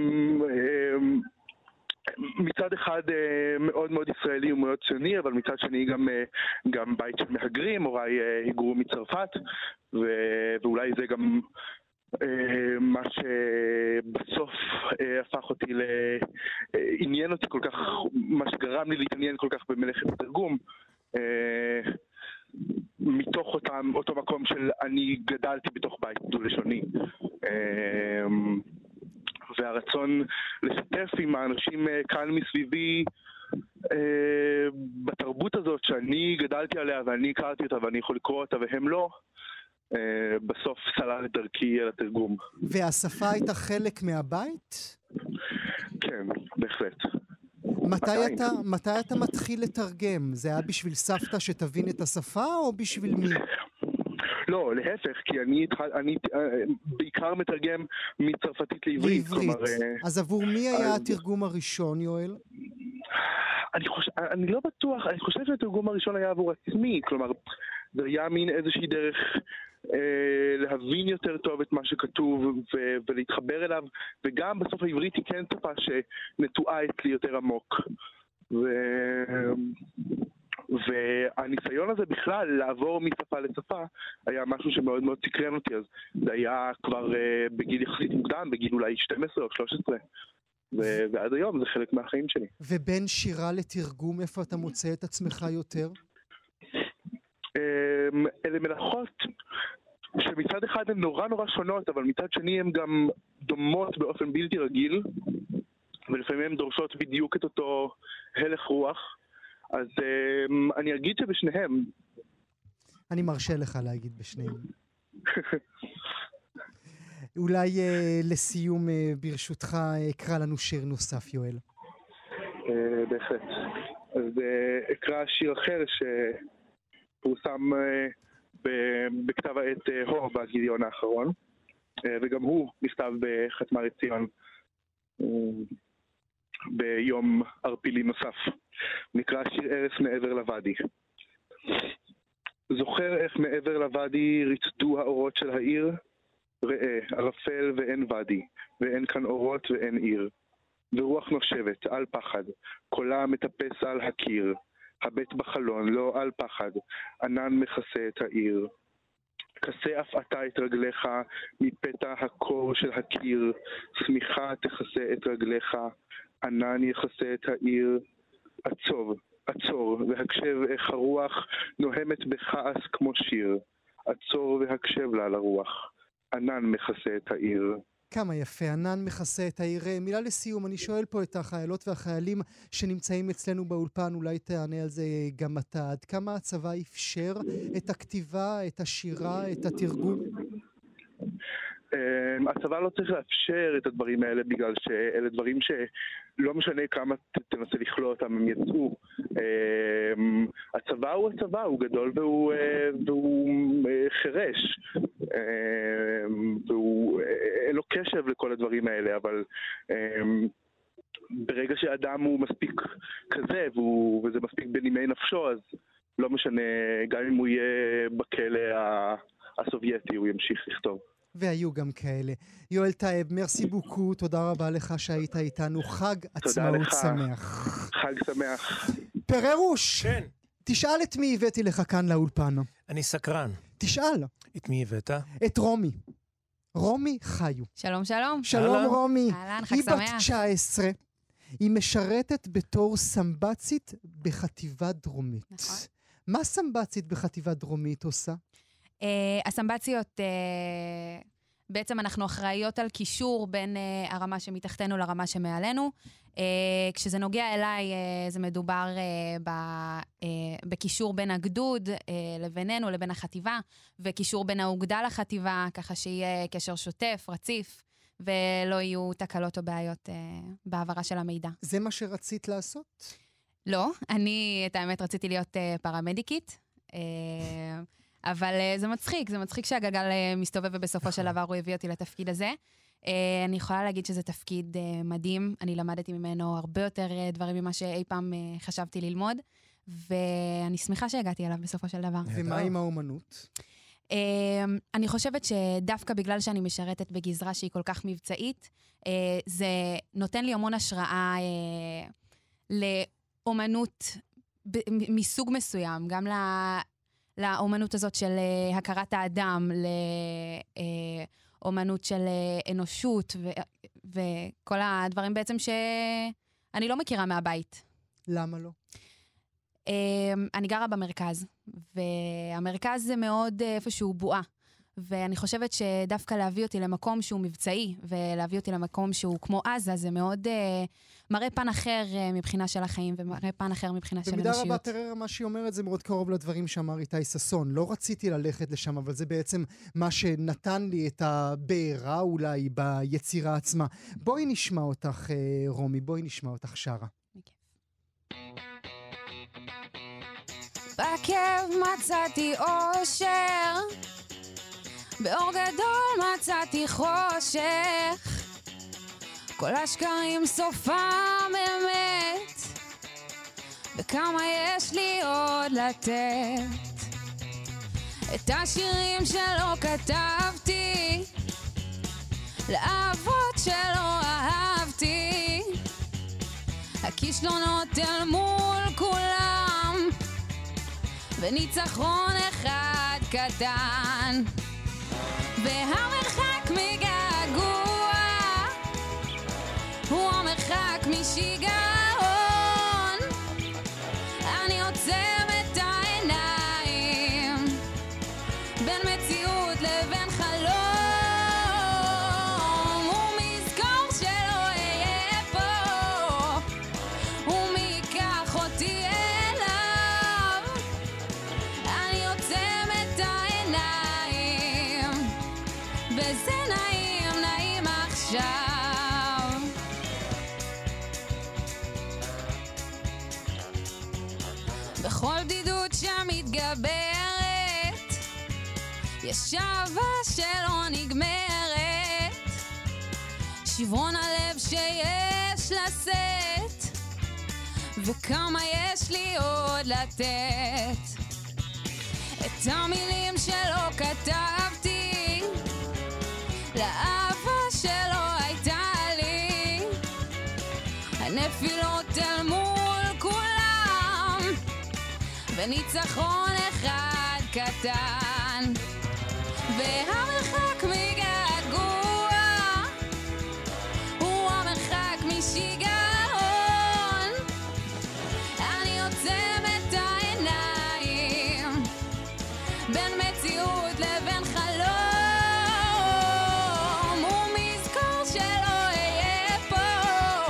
מצד אחד מאוד מאוד ישראלי ומאוד ציוני, אבל מצד שני גם, גם בית של מהגרים, הוריי היגרו מצרפת, ואולי זה גם מה שבסוף הפך אותי, לעניין אותי כל כך, מה שגרם לי להתעניין כל כך במלאכת התרגום, מתוך אותם, אותו מקום של אני גדלתי בתוך בית דו-לשוני. והרצון לשתף עם האנשים כאן מסביבי בתרבות הזאת שאני גדלתי עליה ואני הכרתי אותה ואני יכול לקרוא אותה והם לא, בסוף סלל את דרכי על התרגום. והשפה הייתה חלק מהבית? כן, בהחלט. מתי אתה, מתי אתה מתחיל לתרגם? זה היה בשביל סבתא שתבין את השפה או בשביל מי? לא, להפך, כי אני, אני בעיקר מתרגם מצרפתית לעברית. לעברית. כלומר, אז עבור מי היה אז... התרגום הראשון, יואל? אני, חושב, אני לא בטוח, אני חושב שהתרגום הראשון היה עבור עצמי, כלומר, זה היה מין איזושהי דרך אה, להבין יותר טוב את מה שכתוב ו- ולהתחבר אליו, וגם בסוף העברית היא כן שפה שנטועה אצלי יותר עמוק. ו- והניסיון הזה בכלל לעבור משפה לשפה היה משהו שמאוד מאוד סקרן אותי, אז זה היה כבר אה, בגיל יחסית מוקדם, בגיל אולי שתים עשרה או שלוש עשרה. ו- ועד היום זה חלק מהחיים שלי. ובין שירה לתרגום, איפה אתה מוצא את עצמך יותר? אלה מלאכות שמצד אחד הן נורא נורא שונות, אבל מצד שני הן גם דומות באופן בלתי רגיל, ולפעמים הן דורשות בדיוק את אותו הלך רוח. אז אני אגיד שבשניהם. אני מרשה לך להגיד בשניהם. אולי uh, לסיום uh, ברשותך אקרא לנו שיר נוסף, יואל. Uh, בהחלט. אז uh, אקרא שיר אחר שפורסם uh, ב- בכתב העת uh, הו בגיליון האחרון, uh, וגם הוא נכתב בחתמה לציון uh, ביום ערפילי נוסף. נקרא שיר ערש מעבר לוואדי. זוכר איך מעבר לוואדי רצדו האורות של העיר? ראה, ערפל ואין ואדי, ואין כאן אורות ואין עיר. ורוח נושבת, על פחד, קולה מטפס על הקיר. הבט בחלון, לא על פחד, ענן מכסה את העיר. כסה אף אתה את רגליך מפתע הקור של הקיר. סמיכה תכסה את רגליך, ענן יכסה את העיר. עצוב, עצור, והקשב איך הרוח נוהמת בכעס כמו שיר. עצור והקשב לה לרוח. ענן מכסה את העיר. כמה יפה, ענן מכסה את העיר. מילה לסיום, אני שואל פה את החיילות והחיילים שנמצאים אצלנו באולפן, אולי תענה על זה גם אתה. עד כמה הצבא אפשר את הכתיבה, את השירה, את התרגום? הצבא לא צריך לאפשר את הדברים האלה, בגלל שאלה דברים שלא משנה כמה תנסה לכלוא אותם, הם יצאו. הצבא הוא הצבא, הוא גדול והוא, והוא חרש, והוא אין לו קשב לכל הדברים האלה, אבל ברגע שאדם הוא מספיק כזה, והוא, וזה מספיק בנימי נפשו, אז לא משנה, גם אם הוא יהיה בכלא הסובייטי, הוא ימשיך לכתוב. והיו גם כאלה. יואל טייב, מרסי בוקו, תודה רבה לך שהיית איתנו. חג עצמאות שמח. חג שמח. פררוש, כן. תשאל את מי הבאתי לך כאן לאולפן. אני סקרן. תשאל. את מי הבאת? את רומי. רומי חיו. שלום, שלום. שלום אהלן. רומי. אהלן, חג היא שמח. בת תשע עשרה. היא משרתת בתור סמבצית בחטיבה דרומית. נכון. מה סמבצית בחטיבה דרומית עושה? Uh, הסמבציות, uh, בעצם אנחנו אחראיות על קישור בין uh, הרמה שמתחתנו לרמה שמעלינו. Uh, כשזה נוגע אליי, uh, זה מדובר uh, ב, uh, בקישור בין הגדוד uh, לבינינו, לבין החטיבה, וקישור בין האוגדה לחטיבה, ככה שיהיה קשר שוטף, רציף, ולא יהיו תקלות או בעיות uh, בעברה של המידע. זה מה שרצית לעשות? לא, אני, את האמת, רציתי להיות uh, פרמדיקית. Uh, אבל uh, זה מצחיק, זה מצחיק שהגלגל uh, מסתובב ובסופו של דבר הוא הביא אותי לתפקיד הזה. Uh, אני יכולה להגיד שזה תפקיד uh, מדהים, אני למדתי ממנו הרבה יותר uh, דברים ממה שאי פעם uh, חשבתי ללמוד, ואני שמחה שהגעתי אליו בסופו של דבר. ומה עם האומנות? Uh, אני חושבת שדווקא בגלל שאני משרתת בגזרה שהיא כל כך מבצעית, uh, זה נותן לי המון השראה uh, לאומנות ב- מסוג מסוים, גם ל... לאומנות הזאת של uh, הכרת האדם, לאומנות של uh, אנושות, ו- וכל הדברים בעצם שאני לא מכירה מהבית. למה לא? Uh, אני גרה במרכז, והמרכז זה מאוד uh, איפשהו בועה, ואני חושבת שדווקא להביא אותי למקום שהוא מבצעי, ולהביא אותי למקום שהוא כמו עזה, זה מאוד uh, מראה פן אחר uh, מבחינה של החיים, ומראה פן אחר מבחינה של אנושיות. במידה רבה פררה, מה שהיא אומרת זה מאוד קרוב לדברים שאמר איתי ששון. לא רציתי ללכת לשם, אבל זה בעצם מה שנתן לי את הבעירה אולי ביצירה עצמה. בואי נשמע אותך, uh, רומי, בואי נשמע אותך שרה. בעקב מצאתי אושר, באור גדול מצאתי חושך, כל השקרים סופם אמת, וכמה יש לי עוד לתת. את השירים שלא כתבתי, לאהבות שלא אהבתי, הכישלונות אל מול כולם, וניצחון אחד קטן, והמרחק מגעגוע הוא המרחק משיגעון. אני עוצם את העיניים בין מציאות לבין חלום, ומזכור שלא אהיה פה, ומי ייקח אותי אליו. אני עוצם את העיניים וזה נעים, נעים עכשיו. בכל בדידות שמתגברת יש אהבה שלא נגמרת, שברון הלב שיש לשאת, וכמה יש לי עוד לתת. את המילים שלא כתבתי, לאהבה שלא הייתה לי, הנפילות אל מול כולם, וניצחון אחד קטן, והמרחק מגעגוע הוא המרחק משיגעון. אני עוצם את העיניים בין מציאות לבין חלום, ומזכור שלא אהיה פה,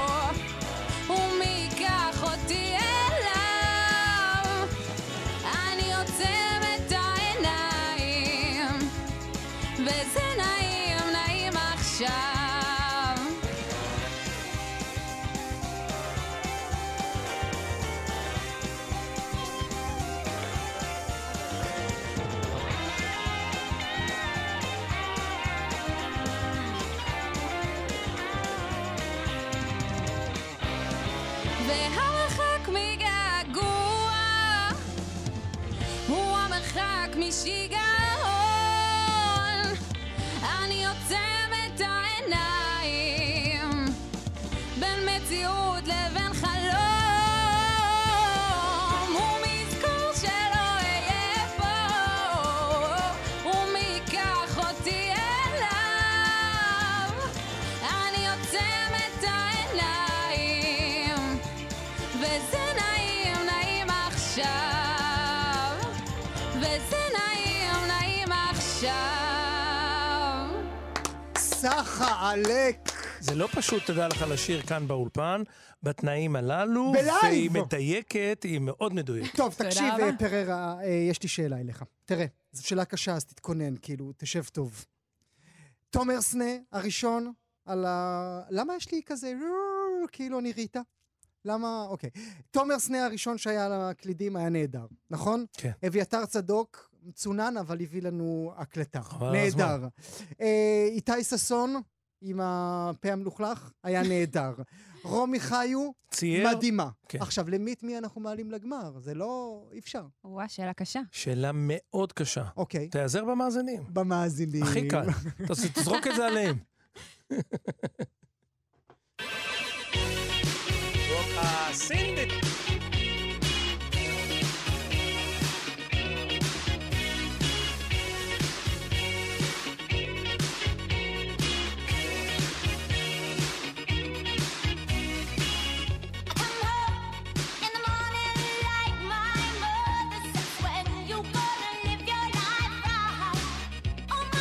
ומי ייקח אותי אליו. אני עוצם את העיניים וזה נעים, נעים עכשיו. והמרחק מגעגוע הוא המרחק משיגעון. אני עוצם את העיניים בין מציאות לבין חלום, ומזכור שלא אהיה פה, ומי ייקח אותי אליו. אני עוצם את העיניים וזה נעים, נעים עכשיו, וזה נעים, נעים עכשיו. סחה עלק. זה לא פשוט, תדע לך, לשיר כאן באולפן, בתנאים הללו, בלייב. והיא מדייקת, היא מאוד מדויקת. טוב, תקשיב, אה, פררה, אה, יש לי שאלה אליך. תראה, זו שאלה קשה, אז תתכונן, כאילו, תשב טוב. תומר סנה, הראשון, על ה... למה יש לי כזה, כאילו אני ריטה? למה? אוקיי. תומר סנה הראשון שהיה על הקלידים היה נהדר, נכון? כן. אביתר צדוק, מצונן, אבל הביא לנו הקלטה. חבל נהדר. הזמן. אה, איתי ששון, עם הפה המלוכלך, היה נהדר. רומי חיו, צייר. מדהימה. כן. עכשיו, למי את מי אנחנו מעלים לגמר? זה לא... אי אפשר. וואה, שאלה קשה. שאלה מאוד קשה. אוקיי. תעזר במאזינים. במאזינים. הכי קל. תס- תזרוק את זה עליהם. Oh my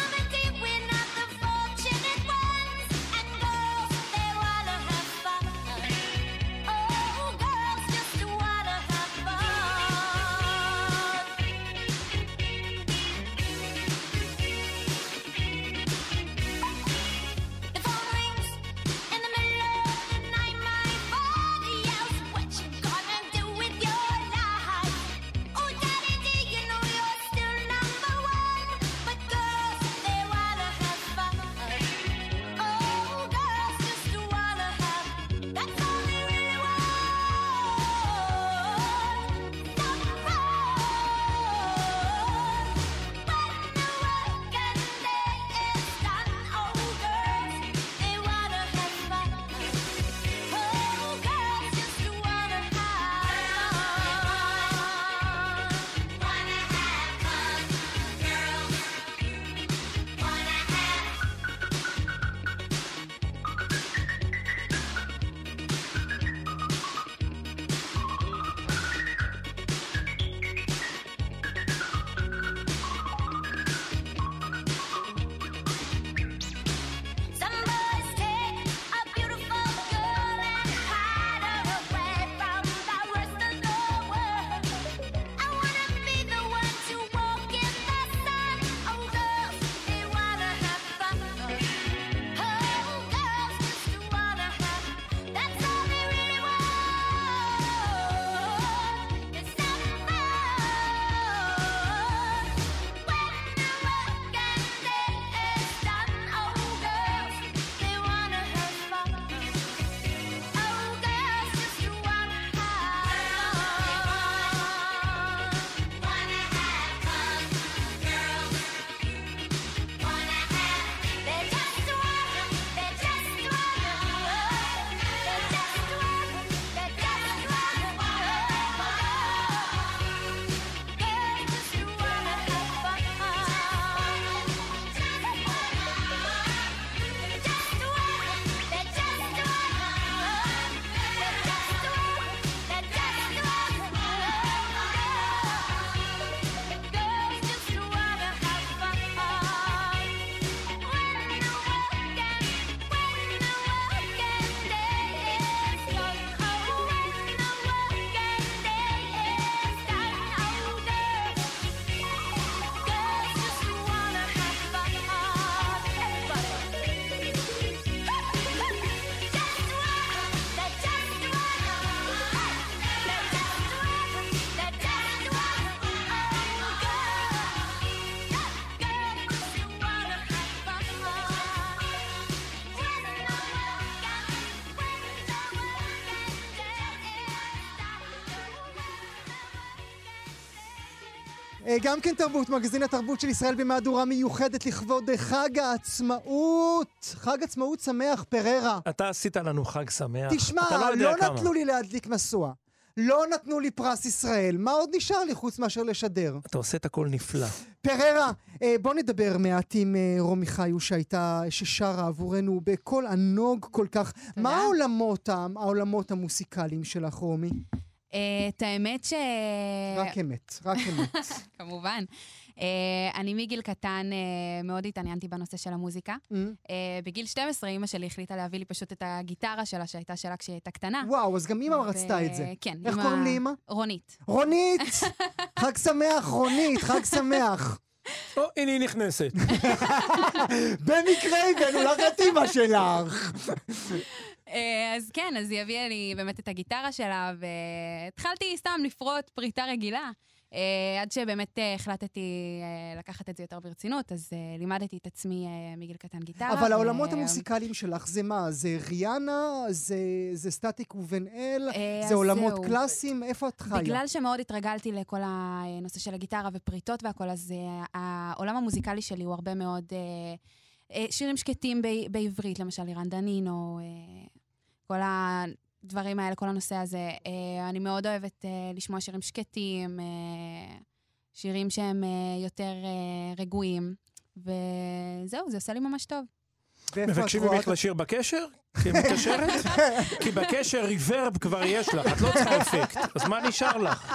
גם כן תרבות, מגזין התרבות של ישראל במהדורה מיוחדת לכבוד חג העצמאות. חג עצמאות שמח, פררה. אתה עשית לנו חג שמח. תשמע, לא, לא כמה. נתנו לי להדליק מסוע. לא נתנו לי פרס ישראל. מה עוד נשאר לי חוץ מאשר לשדר? אתה עושה את הכל נפלא. פררה, בוא נדבר מעט עם רומי חיו שהייתה, ששרה עבורנו בקול ענוג כל כך. מה העולמות, העולמות המוסיקליים שלך, רומי? את האמת ש... רק אמת, רק אמת. כמובן. אני מגיל קטן מאוד התעניינתי בנושא של המוזיקה. בגיל שתים עשרה אמא שלי החליטה להביא לי פשוט את הגיטרה שלה, שהייתה שלה כשהיא הייתה קטנה. וואו, אז גם אמא רצתה את זה. כן. איך קוראים לי אמא? רונית. רונית! חג שמח, רונית, חג שמח. או, הנה היא נכנסת. במקרה הבאנו לך את אמא שלך. אז כן, אז היא הביאה לי באמת את הגיטרה שלה, והתחלתי סתם לפרוט פריטה רגילה, עד שבאמת החלטתי לקחת את זה יותר ברצינות, אז לימדתי את עצמי מגיל קטן גיטרה. אבל העולמות המוסיקליים שלך זה מה? זה ריאנה? זה סטטיק ובן אל? זה עולמות קלאסיים? איפה את חיה? בגלל שמאוד התרגלתי לכל הנושא של הגיטרה ופריטות והכל, אז העולם המוזיקלי שלי הוא הרבה מאוד שירים שקטים בעברית, למשל אירן דנינו, כל הדברים האלה, כל הנושא הזה. אני מאוד אוהבת לשמוע שירים שקטים, שירים שהם יותר רגועים, וזהו, זה עושה לי ממש טוב. מבקשים ממך לשיר בקשר? כי מתקשרת? כי בקשר ריברב כבר יש לך, את לא צריכה אפקט, אז מה נשאר לך?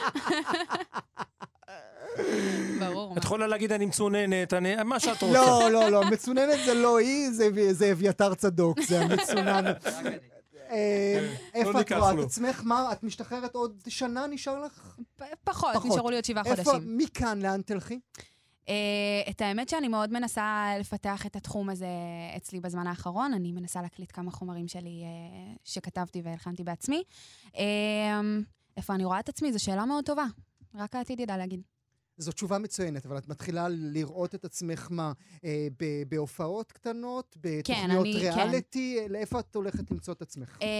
ברור. את יכולה להגיד אני מצוננת, מה שאת רוצה. לא, לא, לא, מצוננת זה לא היא, זה אביתר צדוק, זה המצונן. איפה את רואה את עצמך? מה, את משתחררת עוד שנה נשאר לך? פחות, נשארו לי עוד שבעה חודשים. איפה, מכאן לאן תלכי? את האמת שאני מאוד מנסה לפתח את התחום הזה אצלי בזמן האחרון, אני מנסה להקליט כמה חומרים שלי שכתבתי והלחנתי בעצמי. איפה אני רואה את עצמי? זו שאלה מאוד טובה, רק העתיד ידע להגיד. זו תשובה מצוינת, אבל את מתחילה לראות את עצמך מה, אה, ב- בהופעות קטנות, בתוכניות כן, ריאליטי, כן. לאיפה את הולכת למצוא את עצמך? אה,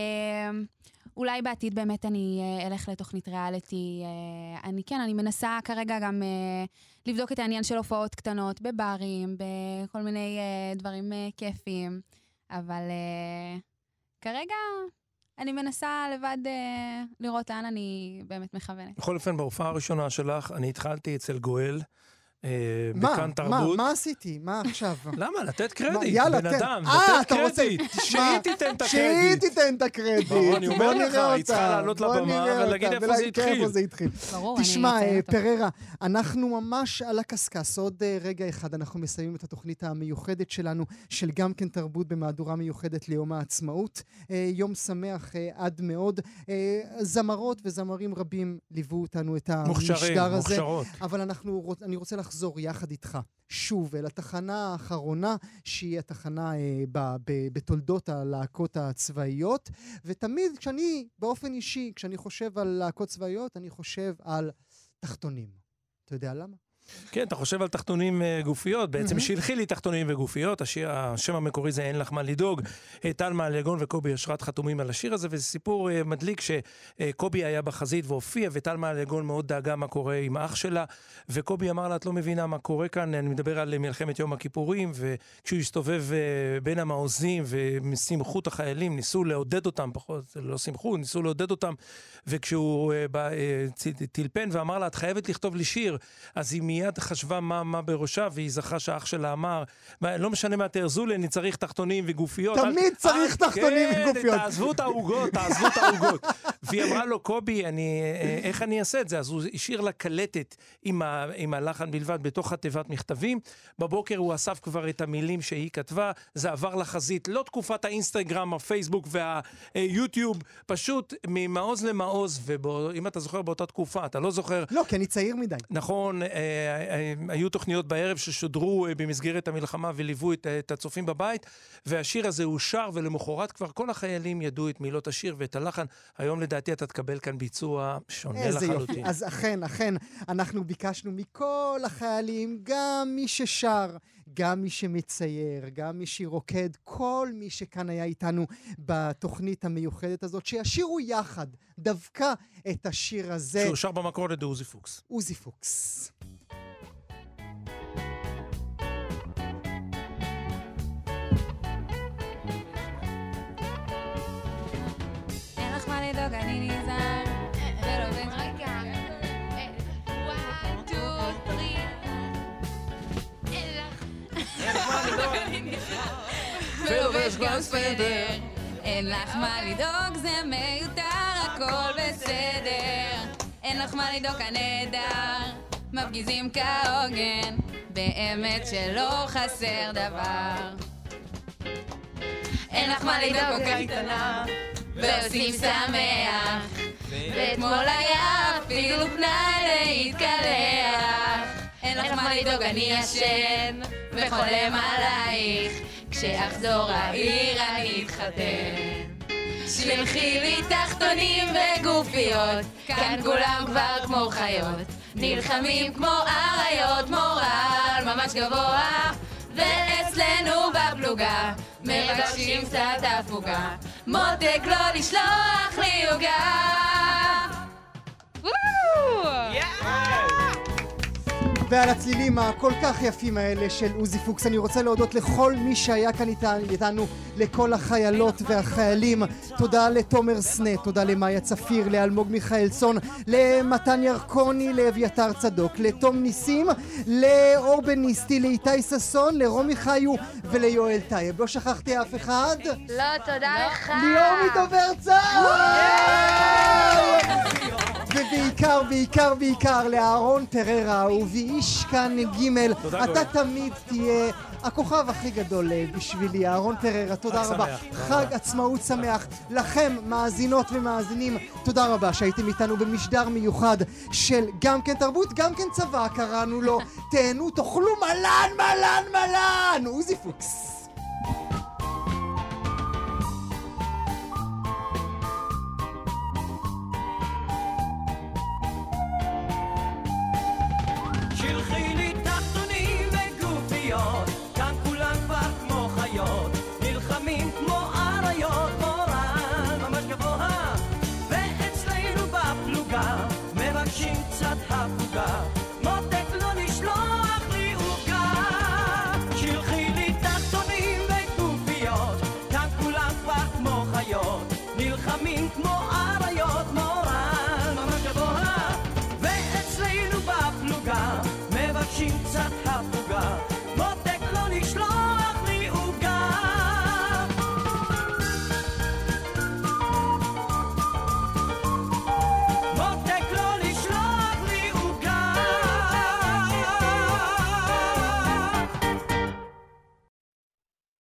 אולי בעתיד באמת אני אה, אלך לתוכנית ריאליטי. אה, אני כן, אני מנסה כרגע גם אה, לבדוק את העניין של הופעות קטנות, בברים, בכל מיני אה, דברים אה, כיפיים, אבל אה, כרגע... אני מנסה לבד אה, לראות לאן אני באמת מכוונת. בכל אופן, בהופעה הראשונה שלך, אני התחלתי אצל גואל, אה, מה? בכאן תרבות. מה? מה עשיתי? מה עכשיו? למה? לתת קרדיט. יאללה, בן תן. אדם, אה, לתת אתה רוצה... קרדיט. שהיא תיתן את שהיא הקרדיט. תיתן את הקרדיט. ברור, אני אומר בוא לך, נראה היא צריכה אותה. לעלות בוא לבמה נראה ולהגיד אותה, איפה זה ולהגיד התחיל. איפה זה התחיל. ברור, תשמע, אני אה, אציין פררה, אנחנו ממש על הקסקס. עוד אה, רגע אחד אנחנו מסיימים את התוכנית המיוחדת שלנו, של גם כן תרבות במהדורה מיוחדת ליום העצמאות. אה, יום שמח אה, עד מאוד. אה, זמרות וזמרים רבים ליוו אותנו את המשדר הזה. מוכשרות. אבל אנחנו, אני רוצה לחזור יחד איתך. שוב, אל התחנה האחרונה, שהיא התחנה אה, ב, ב, בתולדות הלהקות הצבאיות, ותמיד כשאני, באופן אישי, כשאני חושב על להקות צבאיות, אני חושב על תחתונים. אתה יודע למה? כן, אתה חושב על תחתונים uh, גופיות, בעצם Mhm. שילחי לי תחתונים וגופיות, השיר, השם המקורי זה אין לך מה לדאוג, טל מעליגון וקובי אשרת חתומים על השיר הזה, וזה סיפור uh, מדליק שקובי היה בחזית והופיע, וטל מעליגון מאוד דאגה מה קורה עם האח שלה, וקובי אמר לה, את לא מבינה מה קורה כאן, אני מדבר על מלחמת יום הכיפורים, וכשהוא הסתובב uh, בין המעוזים, ושימחו את החיילים, ניסו לעודד אותם, פחות, לא שימחו, ניסו לעודד אותם, וכשהוא uh, בא, uh, טלפן ואמר לה, את חייבת לכתוב לי שיר, אז היא מיד חשבה מה, מה בראשה, והיא זכרה שהאח שלה אמר, לא משנה מה תארזו לי, אני צריך תחתונים וגופיות. תמיד אל, צריך אל, תחתונים כן, וגופיות. תעזבו את העוגות, תעזבו את העוגות. והיא אמרה לו, קובי, אני, איך אני אעשה את זה? אז הוא השאיר לה קלטת עם, ה, עם הלחן בלבד בתוך התיבת מכתבים. בבוקר הוא אסף כבר את המילים שהיא כתבה, זה עבר לחזית, לא תקופת האינסטגרם, הפייסבוק והיוטיוב, פשוט ממעוז למעוז, ואם אתה זוכר באותה תקופה, אתה לא זוכר... לא, כי אני צעיר מדי. נכון, היו תוכניות בערב ששודרו במסגרת המלחמה וליוו את, את הצופים בבית, והשיר הזה הוא שר, ולמחרת כבר כל החיילים ידעו את מילות השיר ואת הלחן. היום לדעתי אתה תקבל כאן ביצוע שונה איזה לחלוטין. יופי. אז אכן, אכן, אנחנו ביקשנו מכל החיילים, גם מי ששר, גם מי שמצייר, גם מי שרוקד, כל מי שכאן היה איתנו בתוכנית המיוחדת הזאת, שישירו יחד דווקא את השיר הזה. שהוא שר במקור לידי עוזי פוקס. עוזי פוקס. לדאוג, אני נזהר. ולובש... רגע. one, two, three. אין לך מה לדאוג, אני נזהר. ולובש גם סוודר. אין לך מה לדאוג, זה מיותר, הכל בסדר. אין לך מה לדאוג, הנהדר. מפגיזים כהוגן, באמת שלא חסר דבר. אין לך מה לדאוג, קטנה, ועושים שמח. ואתמול היה אפילו פנאי להתקלח. אין לך מה לדאוג, אני ישן וחולם עלייך. כשאחזור העיר אני אתחתן. שלחי לי תחתונים וגופיות, כאן כולם כבר כמו חיות. נלחמים כמו אריות, מורל ממש גבוה. ואצלנו בפלוגה מבקשים קצת הפוגה. מותק לא לשלוח לי עוגה. ועל הצלילים הכל כך יפים האלה של עוזי פוקס אני רוצה להודות לכל מי שהיה כאן איתנו, לכל החיילות והחיילים. תודה לתומר סנה, תודה למאיה צפיר, לאלמוג מיכאלסון, למתן ירקוני, לאביתר צדוק, לתום ניסים, לאור בניסטי, לאיתי ססון, לרומי חיו וליואל טייב. לא שכחתי אף אחד? לא, תודה לך. ליאור מדובר צהר! ובעיקר, בעיקר, בעיקר לאהרון פררה, אהובי כאן ג' אתה תמיד תהיה הכוכב הכי גדול בשבילי, אהרון פררה, תודה רבה. חג עצמאות שמח לכם, מאזינות ומאזינים, תודה רבה שהייתם איתנו במשדר מיוחד של גם כן תרבות, גם כן צבא, קראנו לו. תהנו, תאכלו מלן, מלן, מלן, עוזי פוקס.